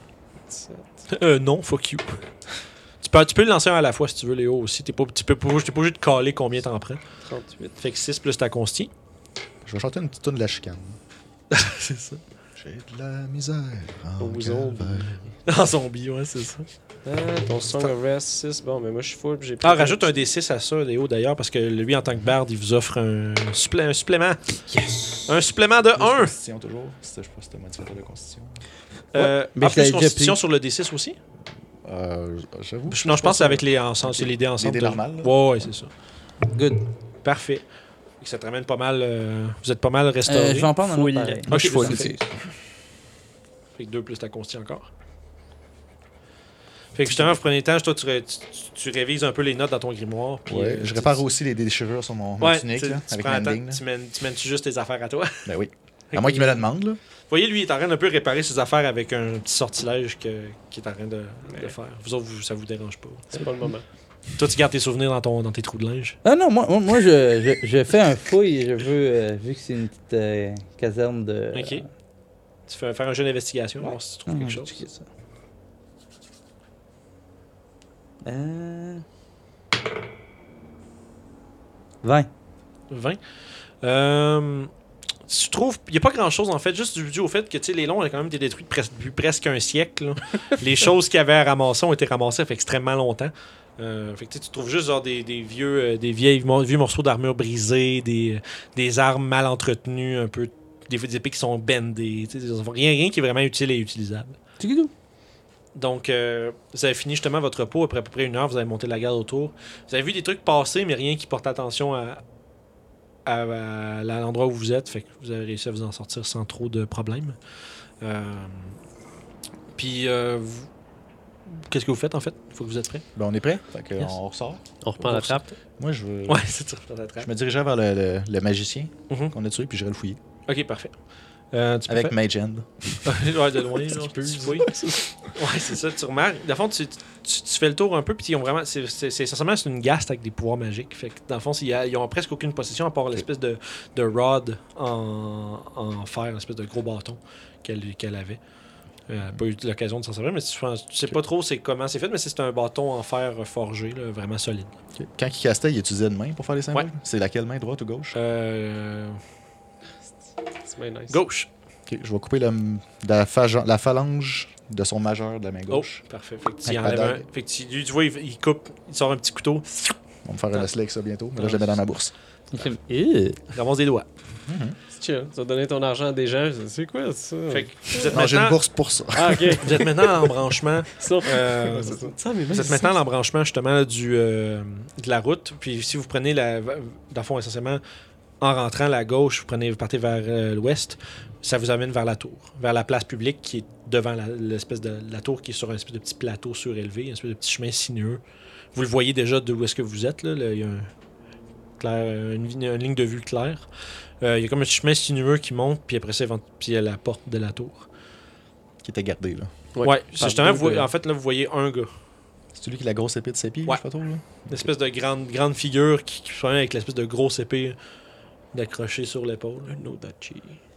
Speaker 1: Euh, non, fuck you. Tu peux, tu peux le lancer un à la fois si tu veux, Léo, aussi. T'es pas, tu peux pas, t'es pas obligé de caler combien t'en prends.
Speaker 2: trente-huit.
Speaker 1: Fait que six plus ta consti.
Speaker 4: Je vais chanter une petite tune de la chicane.
Speaker 1: c'est ça.
Speaker 4: J'ai de la misère en
Speaker 2: Aux zombies.
Speaker 4: calvaire.
Speaker 1: En zombie, ouais, c'est ça.
Speaker 2: Ah, ton Song of Rest six. Bon, mais moi je suis full. J'ai
Speaker 1: Ah,
Speaker 2: pris-
Speaker 1: rajoute un D six à ça, Léo, d'ailleurs, parce que lui, en tant que barde, il vous offre un, supplé- un supplément.
Speaker 3: Yes!
Speaker 1: Un supplément de
Speaker 4: Plus
Speaker 1: un.
Speaker 4: Constitution toujours. C'était, je sais pas si c'était modificateur de constitution.
Speaker 1: Euh,
Speaker 3: mais
Speaker 1: ah,
Speaker 3: je l'avais
Speaker 1: plus
Speaker 3: déjà
Speaker 1: constitution
Speaker 3: pris.
Speaker 1: sur le D six aussi?
Speaker 4: Euh, j'avoue.
Speaker 1: Non, je pense que c'est avec les ensemble. C'est les dés ensemble.
Speaker 4: dés
Speaker 1: de-
Speaker 4: normales, là.
Speaker 1: Ouais, ouais, c'est ça.
Speaker 3: Good.
Speaker 1: Parfait. Fait que ça te ramène pas mal. euh, vous êtes pas mal restauré.
Speaker 3: Euh, je vais en prendre un autre
Speaker 2: Fouille.
Speaker 3: pareil.
Speaker 1: Moi, je suis full.
Speaker 3: Parfait.
Speaker 1: Fait que deux plus ta consti encore. Fait que justement, vous prenez le temps, toi, tu, ré- tu, tu- tu révises un peu les notes dans ton grimoire. Puis,
Speaker 4: Ouais,
Speaker 1: euh,
Speaker 4: je
Speaker 1: tu-
Speaker 4: répare
Speaker 1: tu-
Speaker 4: aussi les déchirures sur mon, mon
Speaker 1: Ouais,
Speaker 4: tunique,
Speaker 1: tu-
Speaker 4: là,
Speaker 1: tu
Speaker 4: avec
Speaker 1: prends le temps,
Speaker 4: mending. là.
Speaker 1: tu mènes, tu mènes juste tes affaires à toi.
Speaker 4: Ben oui.
Speaker 1: Fait
Speaker 4: À moins
Speaker 1: que-
Speaker 4: qu'il me la demande, là.
Speaker 1: Vous voyez, lui, il est en train d'un peu réparer ses affaires avec un petit sortilège que, qu'il est en train de, de
Speaker 2: Ouais.
Speaker 1: faire. Vous autres, vous, ça vous dérange pas.
Speaker 2: C'est pas le moment.
Speaker 1: Toi, tu gardes tes souvenirs dans, ton, dans tes trous de linge.
Speaker 3: Ah non, moi, moi, moi, je, je, je fais un fouille. Je veux, euh, vu que c'est une petite euh, caserne de.
Speaker 1: Ok. Tu fais faire un jeu d'investigation, voir si tu trouves
Speaker 3: Ah,
Speaker 1: quelque
Speaker 3: je vais
Speaker 1: chose.
Speaker 3: checker ça. Euh... vingt.
Speaker 1: vingt. Euh, tu trouves. Il n'y a pas grand chose en fait, juste dû dû au fait que tu sais, les longs ont quand même été détruits pres- depuis presque un siècle. là. Les choses qu'il y avait à ramasser ont été ramassées fait extrêmement longtemps. Euh, fait que, tu sais, tu trouves juste genre, des, des vieux euh, des vieilles, mo- vieux morceaux d'armure brisés, des, des armes mal entretenues, un peu des, des épées qui sont bendées. tu sais, Rien, rien qui est vraiment utile et utilisable.
Speaker 3: Tchikidou.
Speaker 1: Donc, euh, vous avez fini justement votre repos. Après à peu près une heure, vous avez monté la garde autour. Vous avez vu des trucs passer, mais rien qui porte attention à, à, à l'endroit où vous êtes. Fait que vous avez réussi à vous en sortir sans trop de problèmes. Euh, Puis, euh, vous- qu'est-ce que vous faites en fait? Il faut que vous êtes prêts.
Speaker 4: Ben, on est prêt? Fait que,
Speaker 1: Yes.
Speaker 4: on ressort.
Speaker 2: On reprend la trappe.
Speaker 4: Moi, je veux...
Speaker 1: Ouais, c'est ça. dans la trappe.
Speaker 4: Je me dirigeais vers le, le, le magicien
Speaker 1: Mhm.
Speaker 4: qu'on a tué, puis j'irai le fouiller.
Speaker 1: Ok, parfait. Euh, tu peux
Speaker 4: Avec
Speaker 1: faire-
Speaker 4: Mage Hand.
Speaker 1: ouais, de loin, genre, tu fouilles. Ouais, c'est ça, tu remarques. Dans le fond, tu, tu, tu fais le tour un peu, puis ils ont vraiment. C'est, c'est, c'est essentiellement c'est une ghaste avec des pouvoirs magiques. Fait que dans le fond, il y a- ils ont presque aucune possession à part l'espèce de, de rod en, en fer, l'espèce de gros bâton qu'elle, qu'elle avait. Euh, elle n'a pas eu l'occasion de s'en servir, mais tu, tu sais pas trop c'est comment c'est fait, mais c'est un bâton en fer forgé, là, vraiment solide.
Speaker 4: Ok. Quand il castait, il utilisait une main pour faire les symboles?
Speaker 1: Ouais.
Speaker 4: C'est laquelle main, droite ou gauche?
Speaker 1: Euh,
Speaker 2: C'est bien nice.
Speaker 1: gauche.
Speaker 4: Ok, je vais couper le- la, phaga- la phalange de son majeur de la main
Speaker 1: Oh,
Speaker 4: gauche.
Speaker 1: parfait. Fait que tu,
Speaker 4: Avec
Speaker 1: enlèves
Speaker 4: ma
Speaker 1: un,
Speaker 4: dague.
Speaker 1: fait que tu, lui, tu vois, il, il coupe, il sort un petit couteau,
Speaker 4: On va me faire un osselet avec ça bientôt. Mais là,
Speaker 1: Ah,
Speaker 4: je le mets dans ma bourse.
Speaker 3: Il fait. Eh.
Speaker 1: il ramasse des doigts.
Speaker 2: C'est chill. Tu vas donner ton argent à des gens. C'est quoi ça?
Speaker 1: Fait que vous êtes
Speaker 4: Non, j'ai une
Speaker 1: maintenant,
Speaker 4: bourse pour ça.
Speaker 2: Ah, ok.
Speaker 1: vous êtes maintenant à l'embranchement.
Speaker 2: Ça,
Speaker 1: euh,
Speaker 2: ça, ça, mais
Speaker 1: Vous êtes maintenant à l'embranchement justement là, du, euh, de la route. Puis si vous prenez la. Dans le fond, essentiellement, en rentrant à la gauche, vous, prenez, vous partez vers euh, l'ouest, ça vous amène vers la tour, vers la place publique qui est devant la, l'espèce de la tour qui est sur un espèce de petit plateau surélevé, un espèce de petit chemin sinueux. Vous le voyez déjà d'où est-ce que vous êtes. Là, Là, il y a un clair, une, une ligne de vue claire. Euh, il y a comme un chemin sinueux qui monte, puis après ça, puis il y a la porte de la tour.
Speaker 4: Qui était gardé, là.
Speaker 1: Ouais,
Speaker 2: Ouais,
Speaker 1: c'est
Speaker 2: par
Speaker 1: justement,
Speaker 2: deux
Speaker 1: vous voyez-
Speaker 2: de-
Speaker 1: en fait, là, vous voyez un gars.
Speaker 4: C'est celui qui a la grosse épée de ses pieds,
Speaker 1: Ouais.
Speaker 4: je photo, là?
Speaker 1: Une espèce de grande, grande figure qui, qui vient avec l'espèce de grosse épée d'accrocher sur l'épaule.
Speaker 2: No Dachi.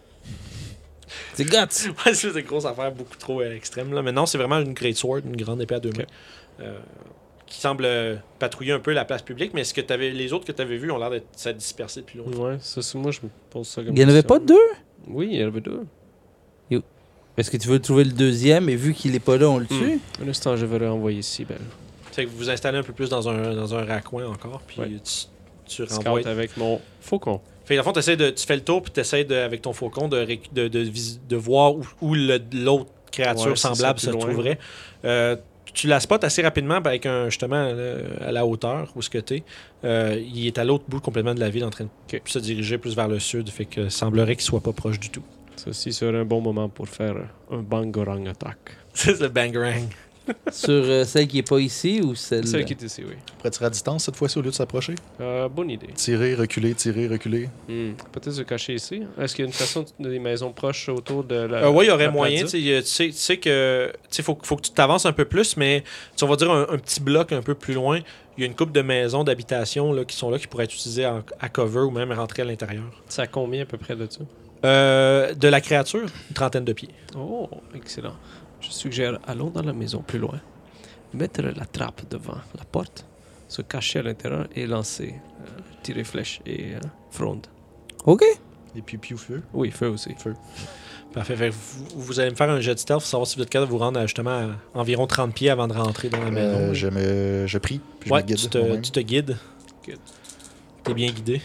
Speaker 3: C'est guts.
Speaker 1: Ouais, c'est une grosse affaire beaucoup trop euh, extrême. Là. Mais non, c'est vraiment une Great Sword, une grande épée à deux
Speaker 2: Ok.
Speaker 1: mains. euh, qui semble euh, patrouiller un peu la place publique, mais est-ce que t'avais, les autres que tu avais vus ont l'air d'être s'être dispersés depuis longtemps?
Speaker 2: Ouais, ça, c'est moi, je me pose ça comme
Speaker 3: Il n'y en avait
Speaker 2: question.
Speaker 3: pas deux?
Speaker 2: Oui, il y en avait deux.
Speaker 3: Est-ce que tu veux trouver le deuxième et vu qu'il est pas là, on le tue?
Speaker 2: Un instant, je vais le renvoyer ici, ben.
Speaker 1: Fait que vous vous installez un peu plus dans un, dans un raccoin encore, puis
Speaker 2: Ouais.
Speaker 1: tu, tu renvoies.
Speaker 2: Scout avec mon faucon.
Speaker 1: Fait que, dans le fond, t'essaies de, tu fais le tour, puis tu essaies avec ton faucon de, réc- de, de, vis- de voir où, où le- l'autre créature
Speaker 2: Ouais, c'est
Speaker 1: semblable
Speaker 2: ça,
Speaker 1: se
Speaker 2: plus loin.
Speaker 1: trouverait. Euh, tu la spots assez rapidement ben, avec un, justement là, à la hauteur où ce que t'es. Euh, il est à l'autre bout complètement de la ville en train de
Speaker 2: Ok.
Speaker 1: se diriger plus vers le sud, fait que semblerait qu'il soit pas proche du tout.
Speaker 2: Ceci serait un bon moment pour faire un bangarang attaque.
Speaker 1: C'est le bangarang.
Speaker 3: Sur euh, celle qui est pas ici ou celle.
Speaker 2: Celle qui est ici, oui.
Speaker 4: Après tirer à distance cette fois-ci au lieu de s'approcher.
Speaker 2: Euh, bonne idée.
Speaker 4: Tirer, reculer, tirer, reculer.
Speaker 2: Hmm. Peut-être se cacher ici. Est-ce qu'il y a une façon de- des maisons proches autour de la.
Speaker 1: Euh, oui, il y aurait
Speaker 2: la
Speaker 1: moyen.
Speaker 2: plaza?
Speaker 1: Tu sais, tu sais- tu sais que il faut, faut que tu t'avances un peu plus, mais tu, on va dire un, un petit bloc un peu plus loin. Il y a une couple de maisons d'habitation là, qui sont là, qui pourraient être utilisées en- à cover ou même rentrer à l'intérieur.
Speaker 2: Ça a combien à peu près de ça?
Speaker 1: Euh, de la créature, une trentaine de pieds.
Speaker 2: Oh, excellent. Je suggère, allons dans la maison plus loin. Mettre la trappe devant la porte, se cacher à l'intérieur et lancer. euh, tirer flèche et euh, fronde.
Speaker 3: Ok.
Speaker 4: Et puis, puis au feu.
Speaker 2: Oui, feu aussi.
Speaker 1: Parfait. Fait que vous, vous allez me faire un jet de stealth pour savoir si vous êtes capable de vous rendre à, justement à environ trente pieds avant de rentrer dans la maison.
Speaker 4: Euh, je, me, je prie, puis je
Speaker 1: ouais,
Speaker 4: me guide
Speaker 1: tu te,
Speaker 4: moi-même.
Speaker 1: tu te guides.
Speaker 2: Good.
Speaker 1: T'es bien guidé.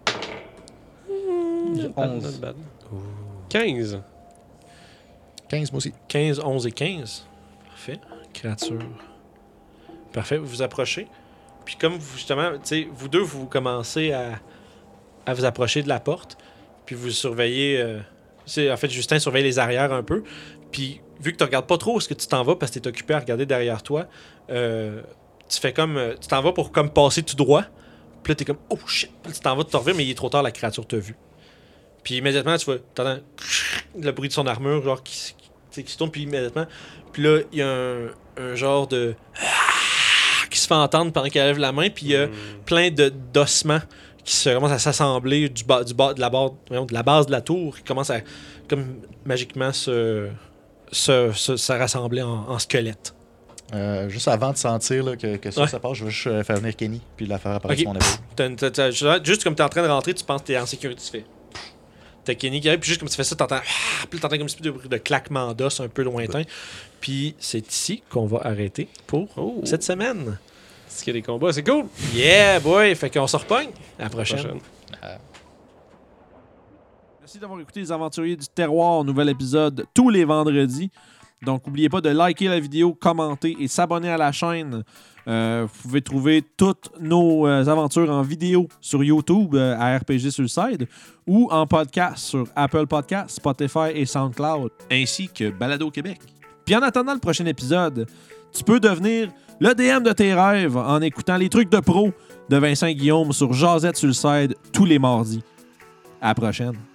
Speaker 3: J'ai
Speaker 2: Not bad,
Speaker 3: onze.
Speaker 2: not bad. quinze.
Speaker 4: quinze, moi aussi.
Speaker 1: quinze, onze et quinze. Parfait. Créature. Parfait. Vous vous approchez. Puis comme vous, justement, tu sais, vous deux, vous commencez à, à vous approcher de la porte. Puis vous surveillez... euh, c'est, en fait, Justin surveille les arrières un peu. Puis, vu que tu regardes pas trop où est-ce que tu t'en vas parce que tu es occupé à regarder derrière toi, euh, tu fais comme. euh, Tu t'en vas pour comme passer tout droit. Puis là, t'es comme, oh shit. Puis tu t'en vas de te revirer, mais il est trop tard, la créature t'a vu. Puis immédiatement, tu vois, t'entends le bruit de son armure, genre, qui, s- qui, qui se tourne, puis immédiatement. Puis là, il y a un, un genre de. qui se fait entendre pendant qu'elle lève la main, puis il y a plein de, d'ossements qui se commencent à s'assembler du bas, du bas, de, la barre, voyons, de la base de la tour, qui commencent à, comme magiquement, se, se, se, se rassembler en, en squelette.
Speaker 4: Euh, juste avant de sentir là, que, que ça,
Speaker 1: Ouais.
Speaker 4: ça passe, je veux juste euh, faire venir Kenny puis la faire apparaître
Speaker 1: Ok.
Speaker 4: sur mon épaule.
Speaker 1: T'as une- t'as- t'as- juste comme t'es en train de rentrer, tu penses que t'es en sécurité, tu fais. T'as Kenny qui arrive, puis juste comme tu fais ça, t'entends. Ah, puis t'entends comme une espèce de bruit de claquement d'os un peu lointain. Puis c'est ici qu'on va arrêter pour
Speaker 2: Oh.
Speaker 1: cette semaine.
Speaker 2: Est-ce qu'il y a des combats? C'est cool!
Speaker 1: Yeah, boy! Fait qu'on se repogne. À la prochaine.
Speaker 2: Prochaine.
Speaker 5: Merci d'avoir écouté Les Aventuriers du Terroir, nouvel épisode tous les vendredis. Donc, n'oubliez pas de liker la vidéo, commenter et s'abonner à la chaîne. Euh, vous pouvez trouver toutes nos euh, aventures en vidéo sur YouTube euh, à R P G Suicide ou en podcast sur Apple Podcasts, Spotify et SoundCloud, ainsi que Balado Québec. Puis en attendant le prochain épisode, tu peux devenir le D M de tes rêves en écoutant les trucs de pro de Vincent Guillaume sur Jazette Suicide tous les mardis. À la prochaine.